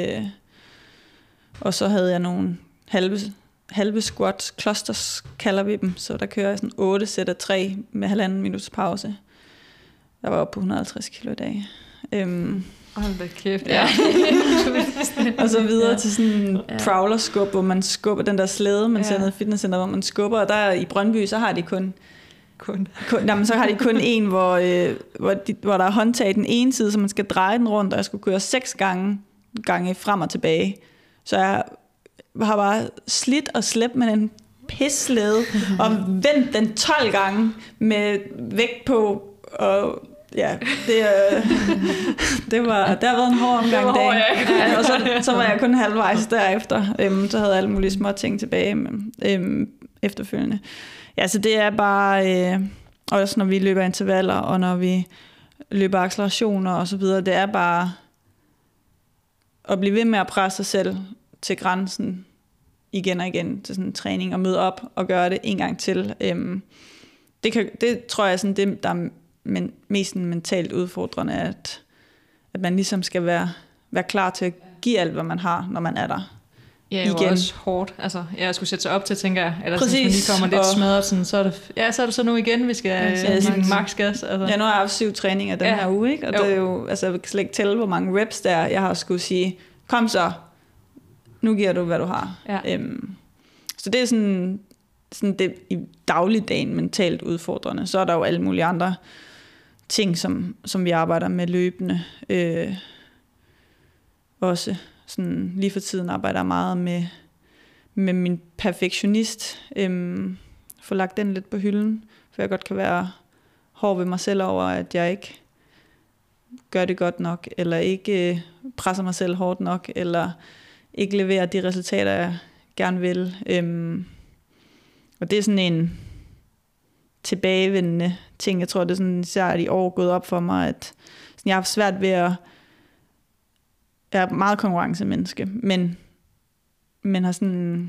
Og så havde jeg nogle halve squats, clusters kalder vi dem, så der kører jeg sådan 8 sæt af 3 med 1,5 minuts pause. Jeg var oppe på 150 kilo i dag. Hold da kæft, ja. Og så videre til sådan en prowler-skub, hvor man skubber den der slæde, man ser ned i fitnesscenter, hvor man skubber, og der i Brøndby, så har de kun så har de kun en, hvor der er håndtag i den ene side, så man skal dreje den rundt, og jeg skulle køre 6 gange frem og tilbage. Så jeg har bare slidt og slæbt med den pisslæde, og vendt den 12 gange med vægt på, og ja, det har været en hård omgang i dag. Ja, og så var jeg kun halvvejs derefter. Så havde jeg alle mulige små ting tilbage efterfølgende. Ja, så det er bare, også når vi løber intervaller, og når vi løber accelerationer og så videre, det er bare at blive ved med at presse sig selv til grænsen igen og igen til sådan en træning, og møde op og gøre det en gang til. Det tror jeg er sådan det, der er mest mentalt udfordrende, at man ligesom skal være klar til at give alt, hvad man har, når man er der. Ja, det er også hårdt. Altså, jeg skulle sætte sig op til, tænker jeg. Eller hvis man lige kommer lidt smadret, sådan, så er det så nu igen, vi skal give max gas. Altså. Ja, nu har jeg haft 7 træninger den her uge, ikke? Og det er jo, altså, jeg kan slet ikke tælle, hvor mange reps der er. Jeg har skulle sige, kom så, nu giver du, hvad du har. Ja. Så det er sådan det i dagligdagen mentalt udfordrende. Så er der jo alle mulige andre ting, som vi arbejder med løbende. Også sådan, lige for tiden arbejder jeg meget med min perfektionist. Få lagt den lidt på hylden, for jeg godt kan være hård ved mig selv over, at jeg ikke gør det godt nok, eller ikke presser mig selv hårdt nok, eller ikke leverer de resultater, jeg gerne vil. Og det er sådan en tilbagevendende ting. Jeg tror, det er sådan, især i år gået op for mig, at sådan, jeg har haft svært ved at... Jeg er meget konkurrencemenneske, men har sådan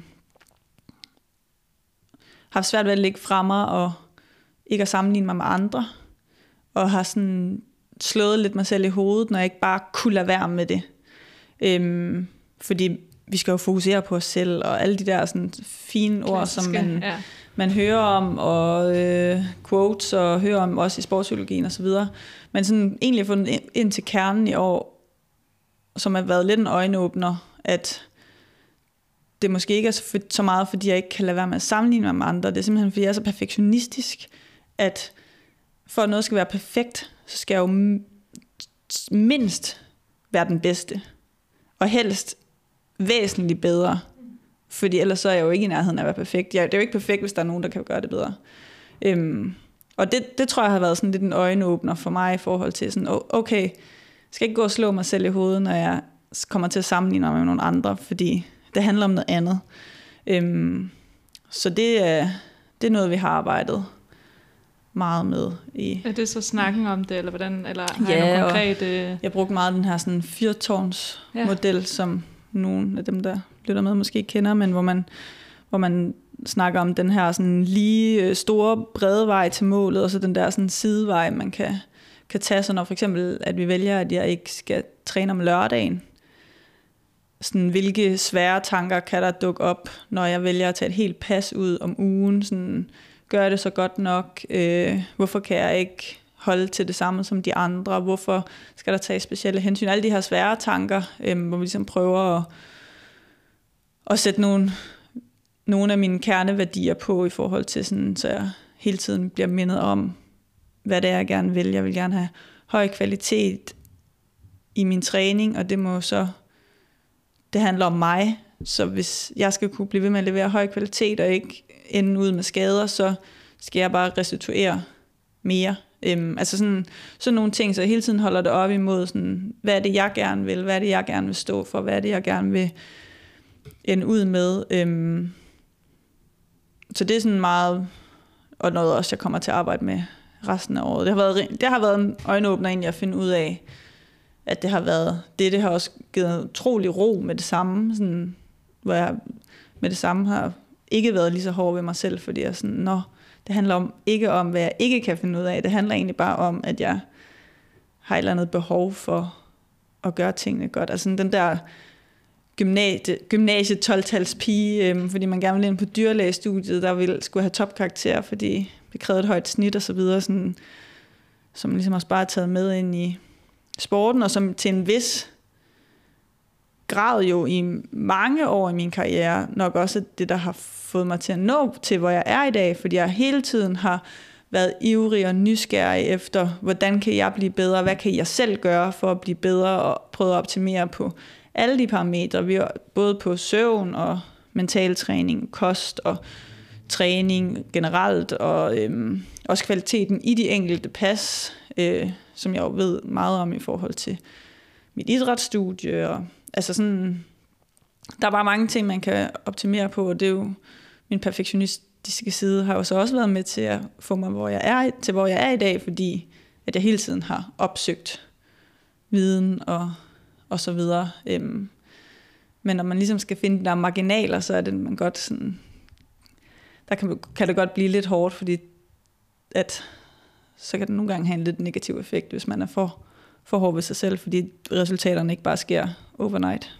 haft svært ved at ligge fremme og ikke at sammenligne mig med andre, og har sådan slået lidt mig selv i hovedet, når jeg ikke bare kunne lade være med det. Fordi vi skal jo fokusere på os selv, og alle de der sådan fine ord, som man hører om, og quotes, og hører om også i sportspsykologien og så videre. Men sådan egentlig fundet ind til kernen i år, som har været lidt en øjenåbner, at det måske ikke er så meget, fordi jeg ikke kan lade være med at sammenligne mig med andre. Det er simpelthen, fordi jeg er så perfektionistisk, at for at noget skal være perfekt, så skal jeg jo mindst være den bedste. Og helst væsentligt bedre. Fordi ellers så er jeg jo ikke i nærheden af at være perfekt. Det er jo ikke perfekt, hvis der er nogen, der kan gøre det bedre. Og det tror jeg har været sådan lidt en øjenåbner for mig i forhold til sådan, okay, jeg skal ikke gå og slå mig selv i hovedet, når jeg kommer til at sammenligne mig med nogle andre, fordi det handler om noget andet. Så det er noget, vi har arbejdet meget med. Er det så snakken om det, eller hvordan? Eller har jeg noget konkret? Jeg brugte meget den her sådan fyrtårnsmodel, som nogle af dem, der lytter med, måske kender, men hvor man snakker om den her sådan lige store, brede vej til målet, og så den der sådan sidevej, man kan tage, så når for eksempel, at vi vælger, at jeg ikke skal træne om lørdagen. Sådan, hvilke svære tanker kan der dukke op, når jeg vælger at tage et helt pas ud om ugen? Sådan, gør det så godt nok? Hvorfor kan jeg ikke holde til det samme som de andre? Hvorfor skal der tage specielle hensyn? Alle de her svære tanker, hvor vi ligesom prøver at sætte nogle af mine kerneværdier på i forhold til sådan, så jeg hele tiden bliver mindet om, hvad det er, jeg gerne vil. Jeg vil gerne have høj kvalitet i min træning, og det handler om mig. Så hvis jeg skal kunne blive ved med at levere høj kvalitet og ikke ende ud med skader, så skal jeg bare restituere mere. Altså sådan nogle ting, så jeg hele tiden holder det op imod, sådan, hvad er det, jeg gerne vil, hvad er det, jeg gerne vil stå for, hvad er det, jeg gerne vil ende ud med. Så det er sådan meget, og noget også, jeg kommer til at arbejde med resten af året. Det har været en øjenåbner egentlig at finde ud af, at det har været det har også givet utrolig ro med det samme, sådan, hvor jeg med det samme har ikke været lige så hård ved mig selv, fordi jeg sådan, det handler ikke om, hvad jeg ikke kan finde ud af. Det handler egentlig bare om, at jeg har et eller andet behov for at gøre tingene godt. Altså den der gymnasie 12-tals pige, fordi man gerne ville ind på dyrlægestudiet, der skulle have topkarakter, fordi det krævede et højt snit og så videre, sådan, som ligesom også bare er taget med ind i sporten, og som til en vis grad jo i mange år i min karriere, nok også det, der har fået mig til at nå til, hvor jeg er i dag, fordi jeg hele tiden har været ivrig og nysgerrig efter, hvordan kan jeg blive bedre, hvad kan jeg selv gøre for at blive bedre, og prøve at optimere på alle de parametre, vi har både på søvn og mental træning, kost og træning generelt, og også kvaliteten i de enkelte pas, som jeg jo ved meget om i forhold til mit idrætsstudie, og altså sådan, der er bare mange ting, man kan optimere på, og det er jo min perfektionistiske side har jo så også været med til at få mig, hvor jeg er i dag, fordi at jeg hele tiden har opsøgt viden og så videre. Men når man ligesom skal finde de der marginaler, så er det man godt sådan, der kan det godt blive lidt hårdt, fordi at så kan det nogle gange have en lidt negativ effekt, hvis man er for hård ved sig selv, fordi resultaterne ikke bare sker overnight.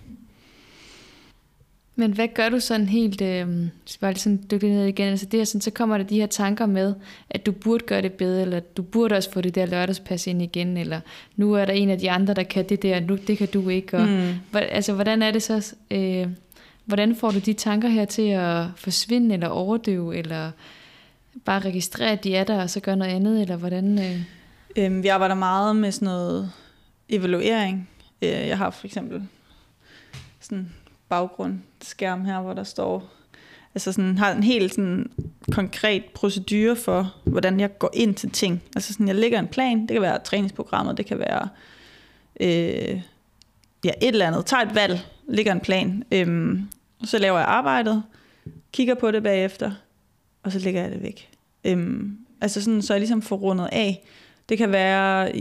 Men hvad gør du sådan helt, bare sådan dykke ned igen, altså det er sådan, så kommer der de her tanker med, at du burde gøre det bedre, eller du burde også få det der lørdagspas ind igen, eller nu er der en af de andre, der kan det der, nu det kan du ikke, og altså hvordan er det så, hvordan får du de tanker her til at forsvinde, eller overdøve, eller bare registrere, at de er der, og så gøre noget andet, eller hvordan? Vi arbejder meget med sådan noget evaluering. Jeg har for eksempel sådan baggrundsskærm her, hvor der står, altså sådan, har en helt sådan konkret procedure for, hvordan jeg går ind til ting. Altså sådan, jeg lægger en plan, det kan være træningsprogrammet, det kan være et eller andet, tager et valg, lægger en plan, så laver jeg arbejdet, kigger på det bagefter, og så lægger jeg det væk. Altså sådan, så jeg ligesom får rundet af. Det kan være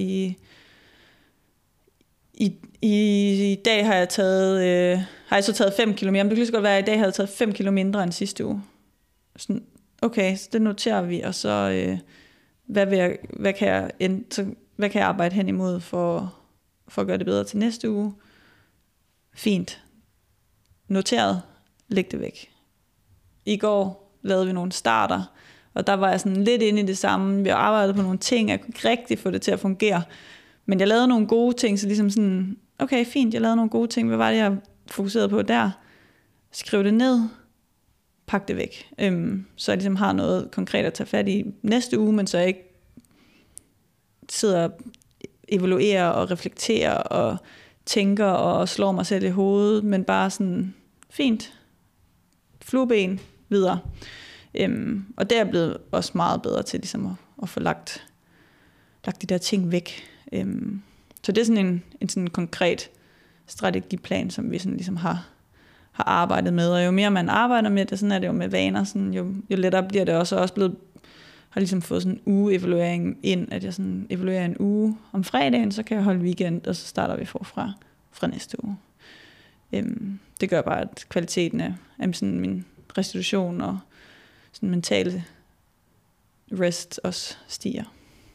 i dag har jeg taget 5 kilo mere, men det kan lige så godt være, at i dag har jeg taget 5 kilo mindre end sidste uge. Sådan, okay, så det noterer vi, og så hvad kan jeg arbejde hen imod for at gøre det bedre til næste uge? Fint. Noteret. Læg det væk. I går lavede vi nogle starter, og der var jeg sådan lidt inde i det samme. Vi arbejdede på nogle ting, jeg kunne ikke rigtig få det til at fungere. Men jeg lavede nogle gode ting, så ligesom sådan, okay, fint, jeg lavede nogle gode ting. Hvad var det, jeg fokuserede på der? Skriv det ned, pak det væk. Så jeg ligesom har noget konkret at tage fat i næste uge, men så jeg ikke sidder og evaluerer og reflekterer og tænker og slår mig selv i hovedet, men bare sådan, fint, flueben videre. Og det er blevet også meget bedre til ligesom at få lagt de der ting væk. Så det er sådan en sådan konkret strategiplan, som vi sådan ligesom har arbejdet med. Og jo mere man arbejder med det, sådan er det jo med vaner, sådan jo lettere bliver det også. Og også har ligesom fået sådan en uge-evaluering ind, at jeg sådan evaluerer en uge om fredagen, så kan jeg holde weekend, og så starter vi forfra fra næste uge. Det gør bare, at kvaliteten af sådan min restitution og sådan mentale rest også stiger.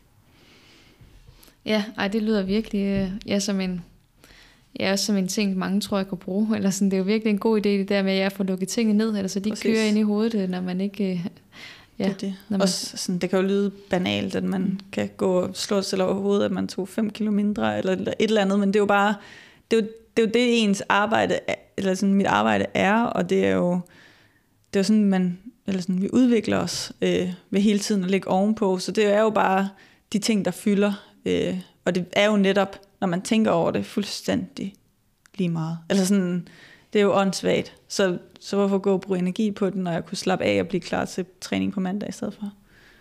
Ja, det lyder virkelig også som en ting, mange tror, jeg kan bruge. Eller sådan, det er jo virkelig en god idé, det der med, at jeg får lukket tingene ned, eller så de kører ind i hovedet, når man ikke... Ja, det. Også sådan, det kan jo lyde banalt, at man kan gå og slå sig over hovedet, at man tog 5 kilo mindre, eller et eller andet, men det er jo bare... Det er jo det, ens arbejde, eller sådan mit arbejde er, og det er jo sådan, man eller sådan, vi udvikler os ved hele tiden at ligge ovenpå, så det er jo bare de ting, der fylder, og det er jo netop, når man tænker over det, fuldstændig lige meget. Altså sådan, det er jo åndssvagt, så hvorfor gå og bruge energi på den, når jeg kunne slappe af og blive klar til træning på mandag i stedet for?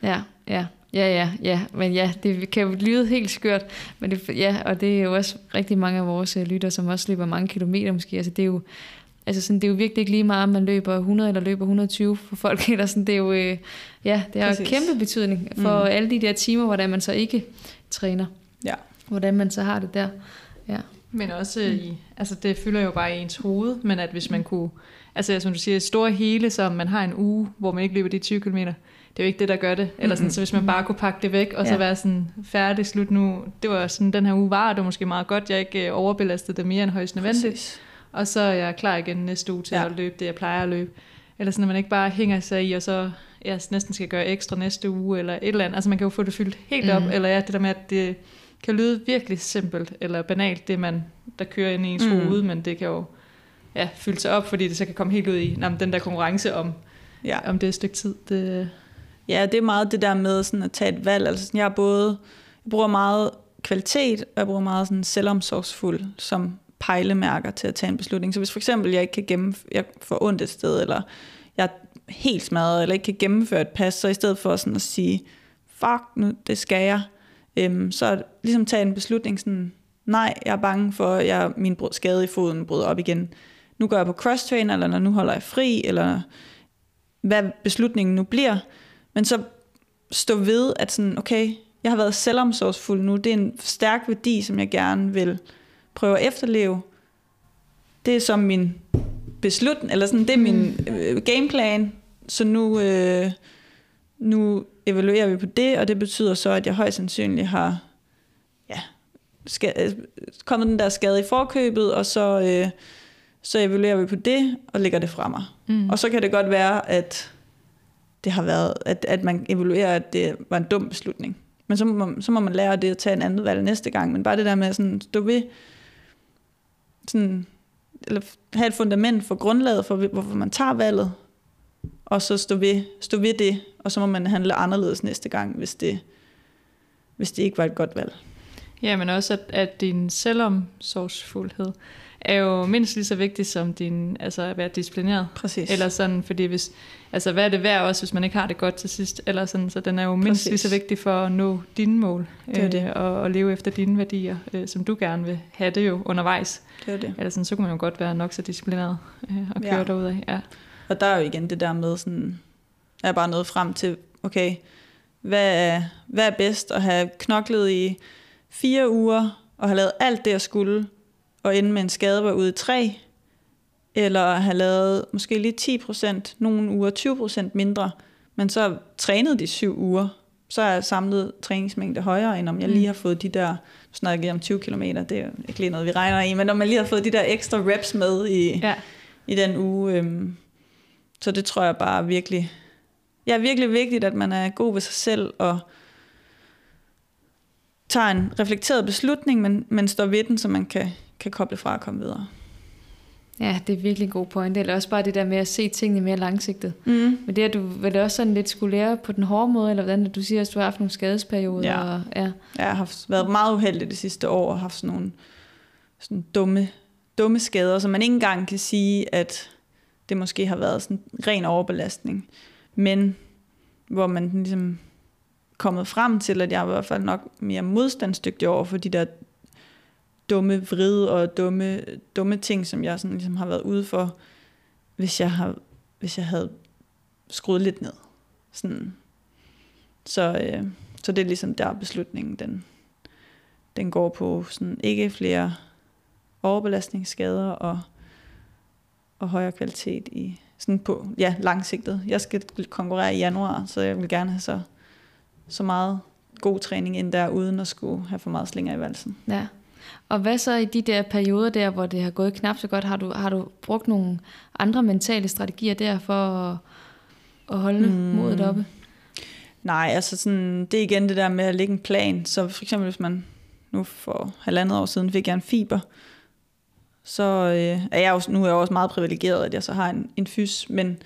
Ja, men ja, det kan jo lyde helt skørt, men og det er jo også rigtig mange af vores lyttere, som også løber mange kilometer måske, altså det er jo, det er jo virkelig ikke lige meget, om man løber 100 eller løber 120 for folk, eller sådan, det er jo, det har jo kæmpe betydning for alle de der timer, hvordan man så ikke træner, hvordan man så har det der, Men også det fylder jo bare i ens hoved, men at hvis man kunne, som du siger, store hele, som man har en uge, hvor man ikke løber de 20 km, det er jo ikke det, der gør det. Eller sådan, så hvis man bare kunne pakke det væk, og så være sådan færdig slut nu, det var sådan, den her uge var, det var måske meget godt, jeg ikke overbelastede det mere end højst nødvendigt. Og så er jeg klar igen næste uge til at løbe det, jeg plejer at løbe. Eller sådan, at man ikke bare hænger sig i, og så næsten skal gøre ekstra næste uge, eller et eller andet. Altså man kan jo få det fyldt helt op, eller det der med, at det kan lyde virkelig simpelt, eller banalt, det der kører ind i ens hoved, men det kan jo fylde sig op, fordi det så kan komme helt ud i den der konkurrence om det stykke tid. Ja, det er meget det der med sådan at tage et valg. Altså sådan, jeg bruger meget kvalitet, og jeg bruger meget sådan selvomsorgsfuld som pejlemærker til at tage en beslutning. Så hvis for eksempel jeg ikke kan jeg får ondt et sted, eller jeg er helt smadret, eller ikke kan gennemføre et pas, så i stedet for sådan at sige, fuck nu, det skal jeg, så ligesom tage en beslutning sådan, nej, jeg er bange for, at min skade i foden bryder op igen. Nu går jeg på cross-trainer, eller nu holder jeg fri, eller hvad beslutningen nu bliver. Men så stå ved, at sådan, okay, jeg har været selvomsorgsfuld nu, det er en stærk værdi, som jeg gerne vil prøve at efterleve. Det er som min beslutning, eller sådan, det er min gameplan, så nu evaluerer vi på det, og det betyder så, at jeg højst sandsynligt har kommet den der skade i forkøbet, og så evaluerer vi på det, og lægger det fra mig. Og så kan det godt være, at det har været, at man evaluerer, at det var en dum beslutning. Men så må man lære det at tage en anden valg næste gang. Men bare det der med at sådan stå ved, sådan, eller have et fundament for grundlaget for, hvorfor man tager valget, og så stå ved det, og så må man handle anderledes næste gang, hvis det ikke var et godt valg. Ja, men også at din selvomsorgsfuldhed er jo mindst lige så vigtigt som din, at være disciplineret. Præcis. Eller sådan, fordi hvis, hvad er det værd også, hvis man ikke har det godt til sidst, eller sådan, så den er jo mindst lige så vigtig for at nå dine mål, og leve efter dine værdier, som du gerne vil have det jo undervejs. Det er det. Eller sådan, så kunne man jo godt være nok så disciplineret og køre derudad. Ja. Og der er jo igen det der med sådan, er bare nået frem til, okay, hvad er bedst at have knoklet i 4 uger, og have lavet alt det, jeg skulle, og ende med en skade var ude i 3, eller have lavet måske lige 10%, nogle uger 20% mindre, men så trænede de 7 uger, så er samlet træningsmængde højere, end om jeg lige har fået de der, snakker jeg om 20 km, det er ikke lige noget, vi regner i, men om man lige har fået de der ekstra reps med i den uge. Så det tror jeg bare virkelig vigtigt, at man er god ved sig selv, og tager en reflekteret beslutning, men står ved den, så man kan koble fra og komme videre. Ja, det er virkelig en god pointe. Eller også bare det der med at se tingene mere langsigtet. Men det er du vel også sådan lidt skulle lære på den hårde måde, eller hvordan du siger, at du har haft nogle skadesperioder. Ja. Jeg har været meget uheldig det sidste år, og haft sådan nogle dumme skader, så man ikke engang kan sige, at det måske har været sådan ren overbelastning. Men hvor man ligesom kommet frem til, at jeg er i hvert fald nok mere modstandsdygtig over for de der dumme vride og dumme ting, som jeg sådan ligesom har været ude for, hvis jeg havde skruet lidt ned. Sådan. Så det er ligesom der beslutningen, den går på sådan ikke flere overbelastningsskader og højere kvalitet i sådan på langsigtet. Jeg skal konkurrere i januar, så jeg vil gerne have så meget god træning ind der, uden at skulle have for meget slinger i valsen. Ja. Og hvad så i de der perioder der, hvor det har gået knap så godt, har du brugt nogle andre mentale strategier der for at holde modet oppe? Nej, altså sådan, det er igen det der med at lægge en plan. Så for eksempel hvis man nu for 1,5 år siden fik jeg en fiber, så er jeg også meget privilegeret, at jeg så har en fys, men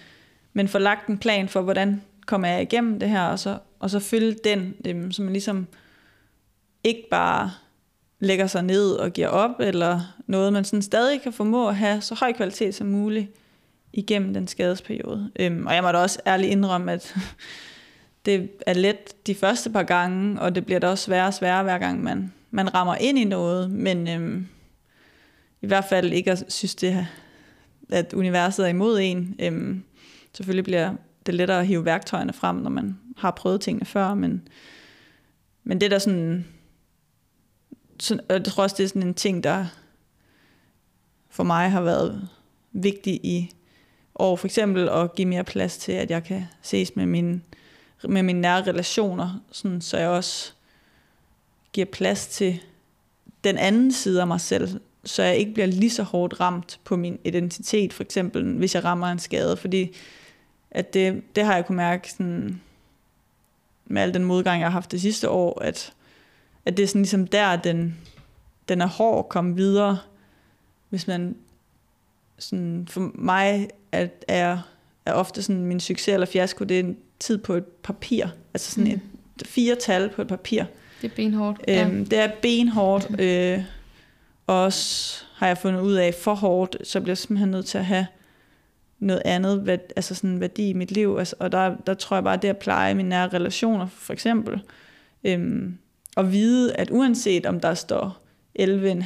men få lagt en plan for, hvordan kommer jeg igennem det her, og så følge den, så man ligesom ikke bare lægger sig ned og giver op, eller noget, man sådan stadig kan formå at have så høj kvalitet som muligt igennem den skadesperiode. Og jeg må da også ærligt indrømme, at det er let de første par gange, og det bliver da også sværere og sværere, hver gang man rammer ind i noget, men i hvert fald ikke at synes, at universet er imod en. Selvfølgelig bliver det lettere at hive værktøjerne frem, når man har prøvet tingene før, men det er da sådan, jeg tror også, det er sådan en ting, der for mig har været vigtig i år. For eksempel at give mere plads til, at jeg kan ses med mine nære relationer, sådan, så jeg også giver plads til den anden side af mig selv, så jeg ikke bliver lige så hårdt ramt på min identitet, for eksempel, hvis jeg rammer en skade, fordi at det har jeg kunne mærke sådan, med al den modgang, jeg har haft det sidste år, at det er sådan ligesom der, den er hård at komme videre, hvis man sådan, for mig er ofte sådan min succes eller fiasko, det er en tid på et papir, altså sådan et 4 tal på et papir. Det er benhårdt. Det er benhårdt, og også har jeg fundet ud af for hårdt, så bliver jeg simpelthen nødt til at have noget andet, altså sådan en værdi i mit liv, altså, og der tror jeg bare, det at pleje mine nære relationer, for eksempel, og vide, at uanset om der står 11,5,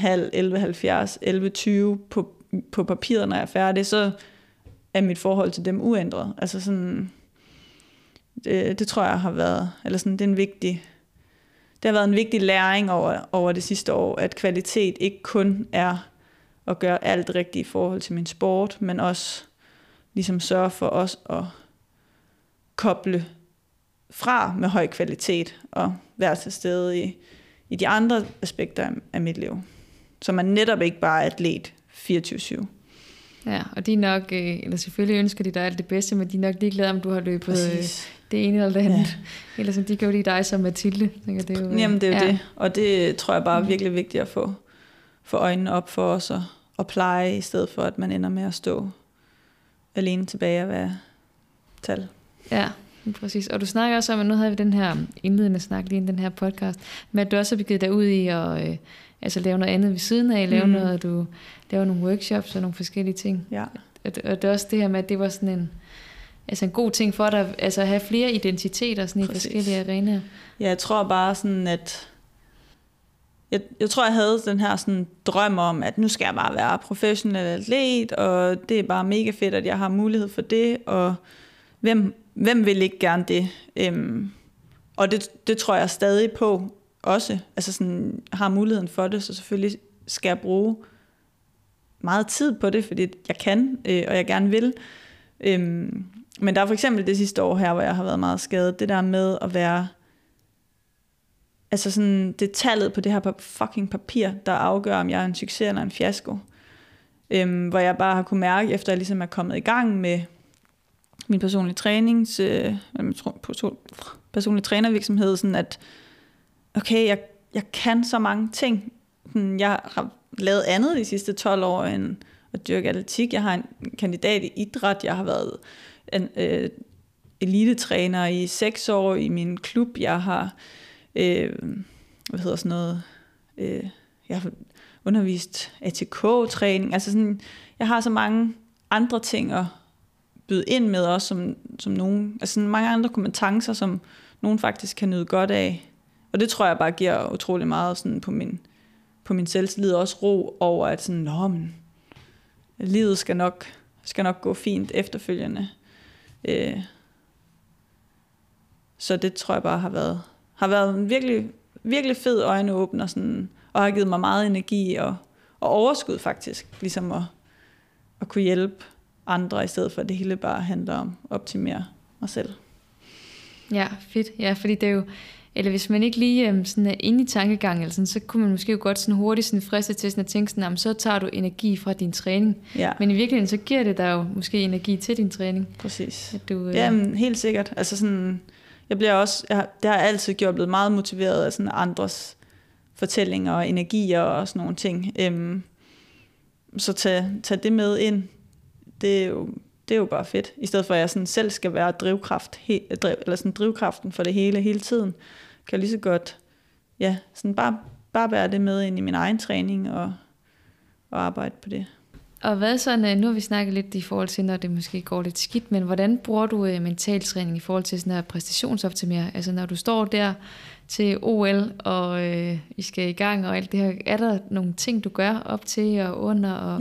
11,70, 11,20 på papiret, når jeg er færdig, så er mit forhold til dem uændret. Altså sådan, det tror jeg har været, eller sådan, det har været en vigtig læring over det sidste år, at kvalitet ikke kun er at gøre alt rigtigt i forhold til min sport, men også ligesom sørge for os at koble fra med høj kvalitet og være til stede i de andre aspekter af mit liv. Så man netop ikke bare er atlet 24/7. Ja, og de er nok, eller selvfølgelig ønsker de dig alt det bedste, men de er nok ligeglade, om du har løbet det ene eller det andet. Ja. Eller sådan, de kan jo lide dig som Mathilde. Det er jo, jamen det er jo det, og det tror jeg bare er virkelig vigtigt at få øjnene op for os og pleje, i stedet for at man ender med at stå alene tilbage og være tal. Ja, præcis. Og du snakker også om, at nu havde vi den her indledende snak lige i den her podcast, men at du også har begivet dig ud i at altså lave noget andet ved siden af, lave noget, du laver nogle workshops og nogle forskellige ting. Ja. Og det er også det her med, at det var sådan en god ting for dig, altså at have flere identiteter sådan i forskellige arenaer. Ja, jeg tror bare sådan, at jeg tror, jeg havde den her sådan drøm om, at nu skal jeg bare være professionel atlet, og det er bare mega fedt, at jeg har mulighed for det, og hvem vil ikke gerne det? Og det tror jeg stadig på også, altså sådan, har muligheden for det, så selvfølgelig skal jeg bruge meget tid på det, fordi jeg kan, og jeg gerne vil. Men der er for eksempel det sidste år her, hvor jeg har været meget skadet, det der med at være, altså sådan, det er tallet på det her fucking papir, der afgør, om jeg er en succes eller en fiasko. Hvor jeg bare har kunne mærke, efter jeg ligesom er kommet i gang med min personlige personlige trænervirksomhed, sådan at okay, jeg kan så mange ting. Jeg har lavet andet de sidste 12 år end at dyrke atletik. Jeg har en kandidat i idræt. Jeg har været en elitetræner i 6 år i min klub. Jeg har jeg har undervist ATK-træning. Altså sådan, jeg har så mange andre ting at byde ind med også, som nogen, altså mange andre kompetencer, som nogen faktisk kan nyde godt af. Og det tror jeg bare giver utrolig meget sådan på min selvtillid, også ro over, at sådan, men livet skal nok gå fint efterfølgende. Så det tror jeg bare har været en virkelig, virkelig fed øjenåbner, sådan, og har givet mig meget energi og overskud faktisk, ligesom at kunne hjælpe andre, i stedet for at det hele bare handler om at optimere mig selv. Ja, fedt. Ja, fordi det er jo, eller hvis man ikke lige sådan er inde i tankegang, eller sådan, så kunne man måske jo godt sådan hurtigt sådan friste til sådan at tænke sådan, så tager du energi fra din træning. Ja. Men i virkeligheden, så giver det dig jo måske energi til din træning. Præcis. At du, Jamen, helt sikkert. Altså sådan, det har jeg altid gjort, blevet meget motiveret af sådan andres fortællinger og energier og sådan nogle ting. Så tag det med ind. Det er jo det er jo bare fedt. I stedet for, at jeg sådan selv skal være drivkraften for det hele tiden, kan jeg lige så godt sådan bare bære det med ind i min egen træning og arbejde på det. Og hvad sådan, nu har vi snakket lidt i forhold til, når det måske går lidt skidt, men hvordan bruger du mentaltræning i forhold til sådan at præstationsoptimere? Altså når du står der til OL, og I skal i gang og alt det her, er der nogle ting, du gør op til og under? Og...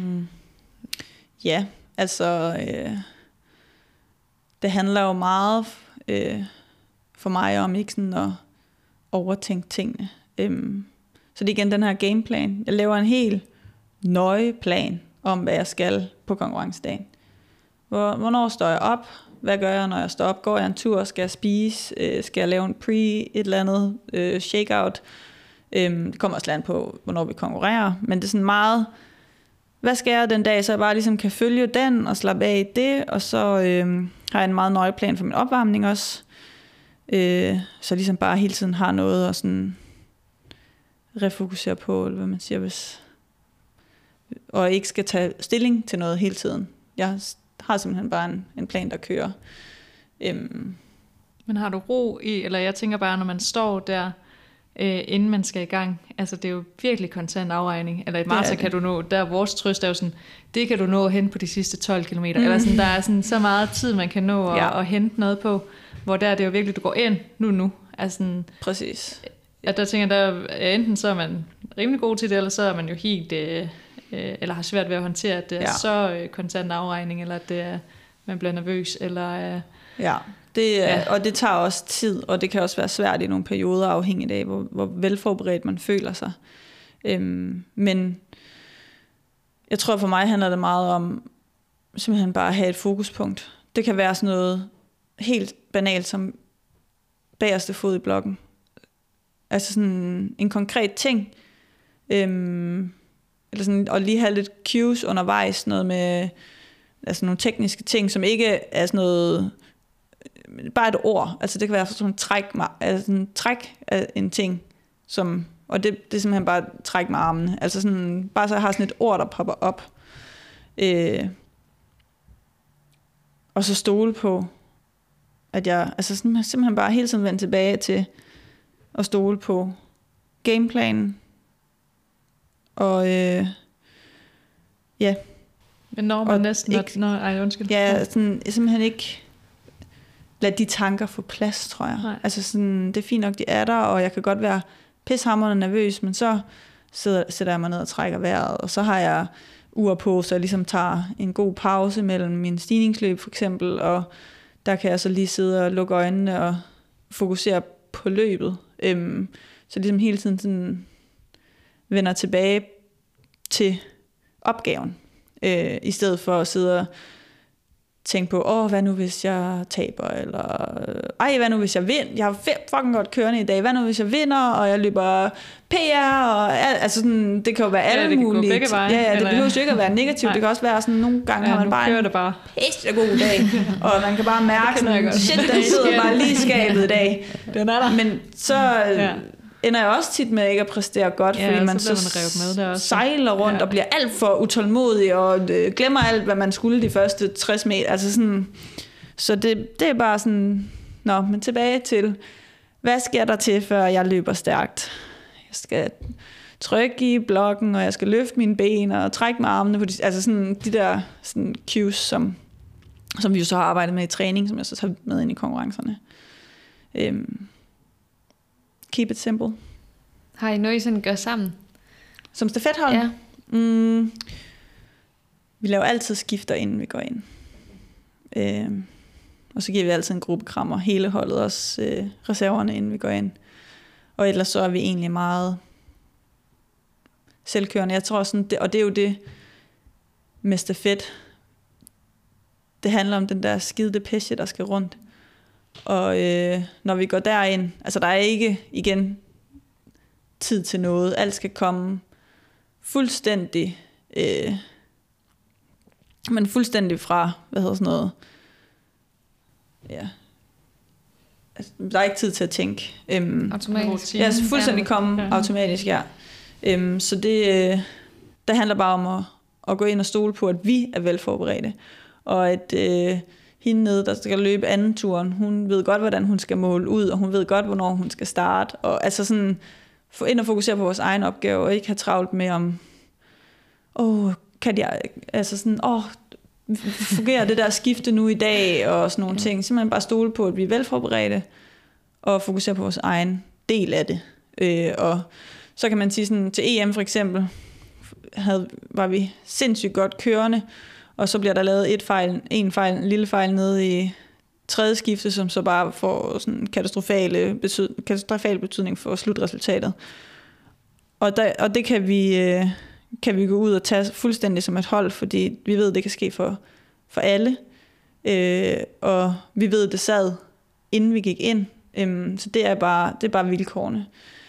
Ja, altså det handler jo meget for mig om ikke sådan at overtænke tingene. Så det er igen den her gameplan. Jeg laver en helt nøje plan om, hvad jeg skal på konkurrencedagen. Hvornår står jeg op? Hvad gør jeg, når jeg står op? Går jeg en tur? Skal jeg spise? Skal jeg lave en et eller andet shakeout? Det kommer også land på, hvornår vi konkurrerer. Men det er sådan meget, hvad skal jeg den dag? Så jeg bare ligesom kan følge den og slappe af i det. Og så har jeg en meget nøje plan for min opvarmning også. Så ligesom bare hele tiden har noget at sådan refokusere på, eller hvad man siger, og ikke skal tage stilling til noget hele tiden. Jeg har simpelthen bare en plan, der kører. Men har du ro i, eller jeg tænker bare, når man står der, inden man skal i gang, altså det er jo virkelig konstant afregning, eller i maraton kan du nå, der vores trøst er jo sådan, det kan du nå hen på de sidste 12 kilometer, eller sådan, der er sådan så meget tid, man kan nå at hente noget på, hvor der er det jo virkelig, du går ind nu. Altså sådan, præcis. Ja, der tænker der enten så er man rimelig god til det, eller så er man jo helt, eller har svært ved at håndtere, at det er så konstant afregning, eller at det er, man bliver nervøs, eller... Og det tager også tid, og det kan også være svært i nogle perioder, afhængigt af, hvor velforberedt man føler sig. Men jeg tror for mig handler det meget om simpelthen bare at have et fokuspunkt. Det kan være sådan noget helt banalt som bagerste fod i blokken. Altså sådan en konkret ting. Eller sådan, og lige have lidt cues undervejs, noget med altså nogle tekniske ting, som ikke er sådan noget, bare et ord. Altså det kan være sådan en træk af en ting, som, og det er simpelthen bare træk med armene. Altså sådan, bare så jeg har sådan et ord, der popper op. Og så stole på, at jeg altså simpelthen bare hele tiden vende tilbage til at stole på gameplanen. Og Men når man næsten undskyld. Ja, sådan, simpelthen ikke lade de tanker få plads, tror jeg. Nej. Altså sådan, det er fint nok, de er der, og jeg kan godt være pishamrende nervøs, men så sætter jeg mig ned og trækker vejret, og så har jeg ur på, så jeg ligesom tager en god pause mellem min stigningsløb for eksempel, og der kan jeg så lige sidde og lukke øjnene og fokusere på løbet. Så ligesom hele tiden sådan vender tilbage til opgaven, i stedet for at sidde og tænke på, hvad nu hvis jeg taber, eller hvad nu hvis jeg vinder, jeg har fucking godt kørende i dag, hvad nu hvis jeg vinder, og jeg løber PR, og altså sådan, det kan jo være alle mulige. Det behøver jo ikke at være negativt, det kan også være sådan, nogle gange har man bare en pisse god dag, og man kan bare mærke sådan, shit, den sidder bare lige i skabet i dag. Den er der. Men så ender jeg også tit med ikke at præstere godt, fordi man så sejler rundt og bliver alt for utålmodig og glemmer alt, hvad man skulle de første 60 meter. Altså sådan, så det er bare sådan, men tilbage til, hvad sker der til, før jeg løber stærkt? Jeg skal trykke i blokken, og jeg skal løfte mine ben og trække med armene på altså sådan de der sådan cues, som vi jo så har arbejdet med i træning, som jeg så tager med ind i konkurrencerne. Keep it simple. Har I noget, I sådan gør sammen? Som stafethold? Ja. Vi laver altid skifter, inden vi går ind. Og så giver vi altid en gruppe krammer. Hele holdet, også reserverne, inden vi går ind. Og ellers så er vi egentlig meget selvkørende. Jeg tror sådan, og det er jo det med stafet. Det handler om den der skide depeche, der skal rundt. Og når vi går derind, altså der er ikke igen tid til noget. Alt skal komme fuldstændig, men fuldstændig fra, sådan noget. Ja. Altså, der er ikke tid til at tænke. Automatisk. Ja, altså fuldstændig komme automatisk, ja. Så det handler bare om at gå ind og stole på, at vi er velforberedte. og at hende nede, der skal løbe anden turen, hun ved godt, hvordan hun skal måle ud, og hun ved godt, hvornår hun skal starte. Og altså sådan, få ind og fokusere på vores egen opgave, og ikke have travlt med om, kan jeg, altså sådan, fungerer det der skifte nu i dag, og sådan nogle ting. Simpelthen bare stole på, at vi er velforberedte, og fokusere på vores egen del af det. Og så kan man sige sådan, til EM for eksempel, var vi sindssygt godt kørende, og så bliver der lavet en lille fejl nede i tredje skifte, som så bare får sådan katastrofal betydning for slutresultatet. Og det kan vi gå ud og tage fuldstændig som et hold, fordi vi ved, det kan ske for alle. Og vi ved, det sad, inden vi gik ind. Så det er bare vilkårene.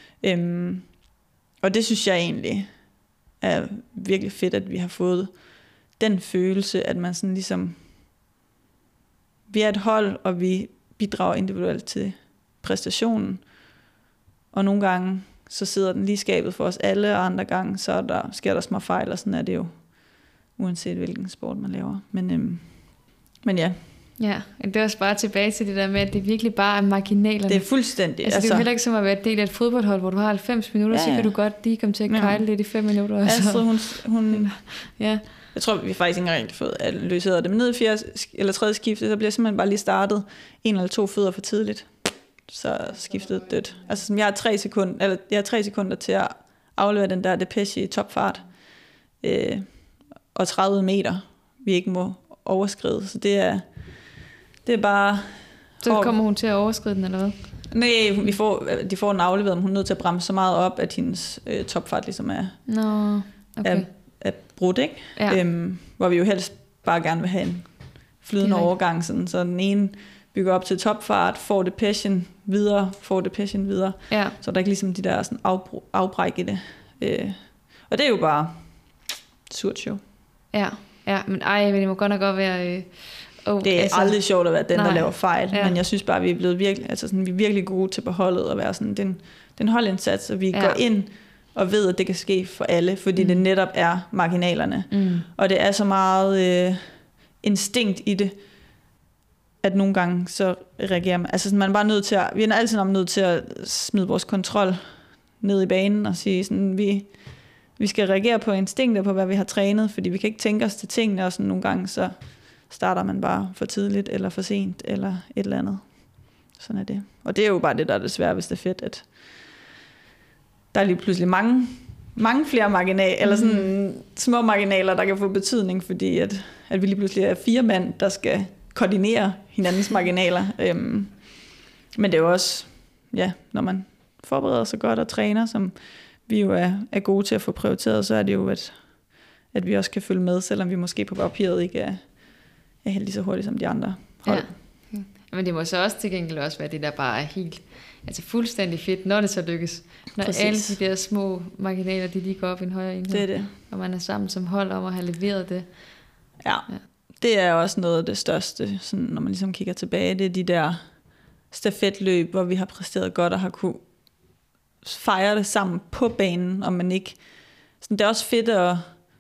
Og det synes jeg egentlig er virkelig fedt, at vi har fået den følelse, at man sådan ligesom, vi er et hold, og vi bidrager individuelt til præstationen. Og nogle gange, så sidder den lige skabet for os alle, og andre gange, så sker der små fejl, og sådan er det jo, uanset hvilken sport man laver. Men ja. Ja, det er også bare tilbage til det der med, at det virkelig bare er marginalerne. Det er fuldstændig. Altså, det er jo heller ikke som at være del af et fodboldhold, hvor du har 90 minutter, så kan du godt lige komme til at kejle lidt i 5 minutter. Astrid, hun ja. Jeg tror, vi faktisk ikke engang rigtig fået analyseret det. Men ned i 4. eller 3. skifte, så bliver simpelthen bare lige startet 1 eller 2 fødder for tidligt. Så skiftet dødt. Altså, jeg har 3 sekunder til at aflevere den der depeche i topfart. Og 30 meter, vi ikke må overskride. Så det er bare... Så kommer hun til at overskride den, eller hvad? Nej, de får den afleveret, men hun er nødt til at bremse så meget op, at hendes topfart ligesom er brudt, ikke? Ja. Hvor vi jo helst bare gerne vil have en flydende overgang, sådan, så den ene bygger op til topfart, får depechen videre, ja. Så der er ikke ligesom de der sådan afbræk i det. Og det er jo bare surt show. Ja, men det må godt nok godt være... det er aldrig sjovt at være den, der laver fejl, men jeg synes bare, at vi er blevet virkelig, altså sådan, vi er virkelig gode til på holdet at være sådan, den holdindsats, og vi går ind og ved, at det kan ske for alle, fordi det netop er marginalerne. Og det er så meget instinkt i det, at nogle gange så reagerer man. Altså man er bare nødt til vi er altid nødt til at smide vores kontrol ned i banen og sige sådan, vi skal reagere på instinkter, på hvad vi har trænet, fordi vi kan ikke tænke os til tingene, og sådan nogle gange så starter man bare for tidligt, eller for sent, eller et eller andet. Sådan er det. Og det er jo bare det, der er det svære, hvis det er fedt, at der er lige pludselig mange flere marginaler, eller sådan små marginaler, der kan få betydning, fordi at vi lige pludselig er 4 mand, der skal koordinere hinandens marginaler. Men det er jo også, når man forbereder sig godt og træner, som vi jo er gode til at få prioriteret, så er det jo, at vi også kan følge med, selvom vi måske på papiret ikke er helt lige så hurtigt som de andre hold. Ja. Men det må så også til gengæld også være det, der bare er helt, altså fuldstændig fedt, når det så lykkes. Når alle de der små marginaler, de lige går op i en højere enhed. Det er det. Og man er sammen som hold om at have leveret det. Ja. Det er også noget af det største, sådan, når man ligesom kigger tilbage. Det er de der stafetløb, hvor vi har præsteret godt og har kunne fejre det sammen på banen, og man ikke... Sådan, det er også fedt at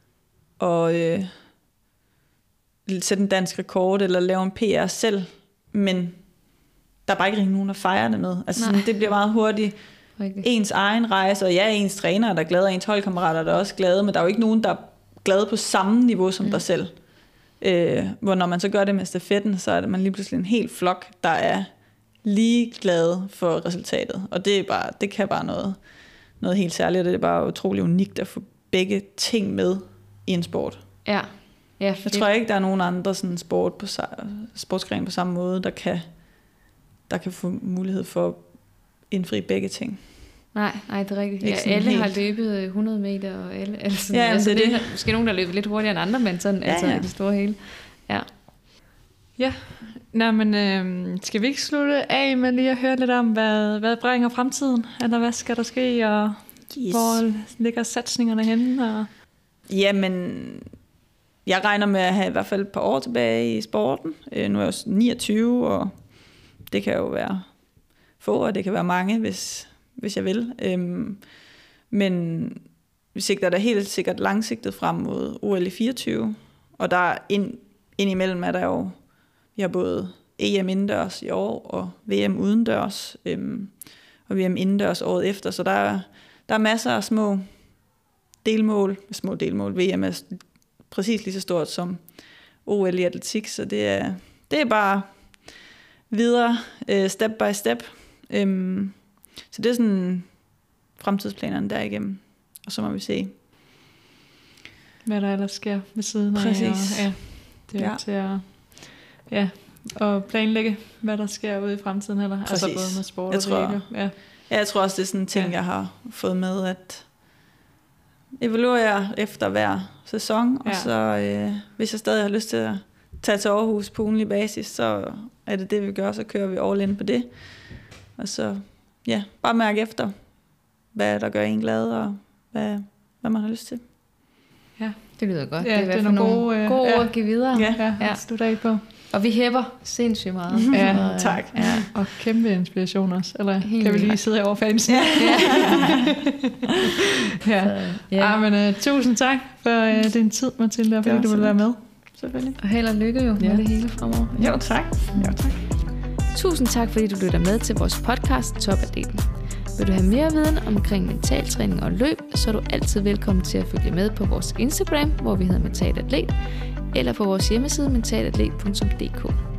sætte en dansk rekord, eller lave en PR selv, men der er bare ikke rigtig nogen, der fejrer det med. Altså sådan, det bliver meget hurtigt ens egen rejse, og ens træner er der glade, og ens holdkammerater er der også glade, men der er jo ikke nogen, der er glade på samme niveau som dig selv. Hvor når man så gør det med stafetten, så er det man lige pludselig en hel flok, der er lige glade for resultatet. Og det kan bare noget helt særligt, og det er bare utrolig unikt at få begge ting med i en sport. Ja. Jeg tror ikke, der er nogen andre sådan sportsgren på samme måde, der kan få mulighed for at indfri begge ting. Nej, det er rigtigt. Ja, alle har løbet 100 meter, og alle sådan, altså det. Måske nogen, der løber lidt hurtigere end andre, men sådan, i det store hele. Ja. Nå, men skal vi ikke slutte af med lige at høre lidt om, hvad bringer fremtiden? Eller hvad skal der ske, og hvor ligger satsningerne henne? Og... Jamen... Jeg regner med at have i hvert fald et par år tilbage i sporten. Nu er jeg også 29, og det kan jo være få, og det kan være mange, hvis jeg vil. Men vi sigter da helt sikkert langsigtet frem mod OL i 24, og der indimellem er der jo, vi har både EM indendørs i år, og VM udendørs, og VM indendørs året efter, så der er masser af små delmål. VM er præcis lige så stort som OL i atletik, så det er bare videre, step by step. Så det er sådan fremtidsplanerne derigennem, og så må vi se. Hvad der ellers sker ved siden af. Præcis. Og, det er til at og planlægge, hvad der sker ude i fremtiden, eller altså både med sport og regler. Ja. Jeg tror også, det er sådan en ting, jeg har fået med, at evaluere efter hver sæson, og så hvis jeg stadig har lyst til at tage til Aarhus på ugenlig basis, så er det vi gør, så kører vi all in på det. Og så bare mærke efter, hvad der gør en glad, og hvad man har lyst til. Ja, det lyder godt. Ja, det er i hvert fald nogle gode ord at give videre. Ja. Slutter af på. Og vi hæpper sindssygt meget. Ja, tak. Ja. Og kæmpe inspiration også. Eller kan vi lige sidde her over fansen? Men tusind tak for din tid, Mathilde, og fordi du ville være med. Selvfølgelig. Og held og lykke jo med det hele fremover. Jo, tak. Tusind tak, fordi du lytter med til vores podcast Topatleten. Vil du have mere viden omkring mentaltræning og løb, så er du altid velkommen til at følge med på vores Instagram, hvor vi hedder Mentalatlet, eller på vores hjemmeside mentalatlet.dk.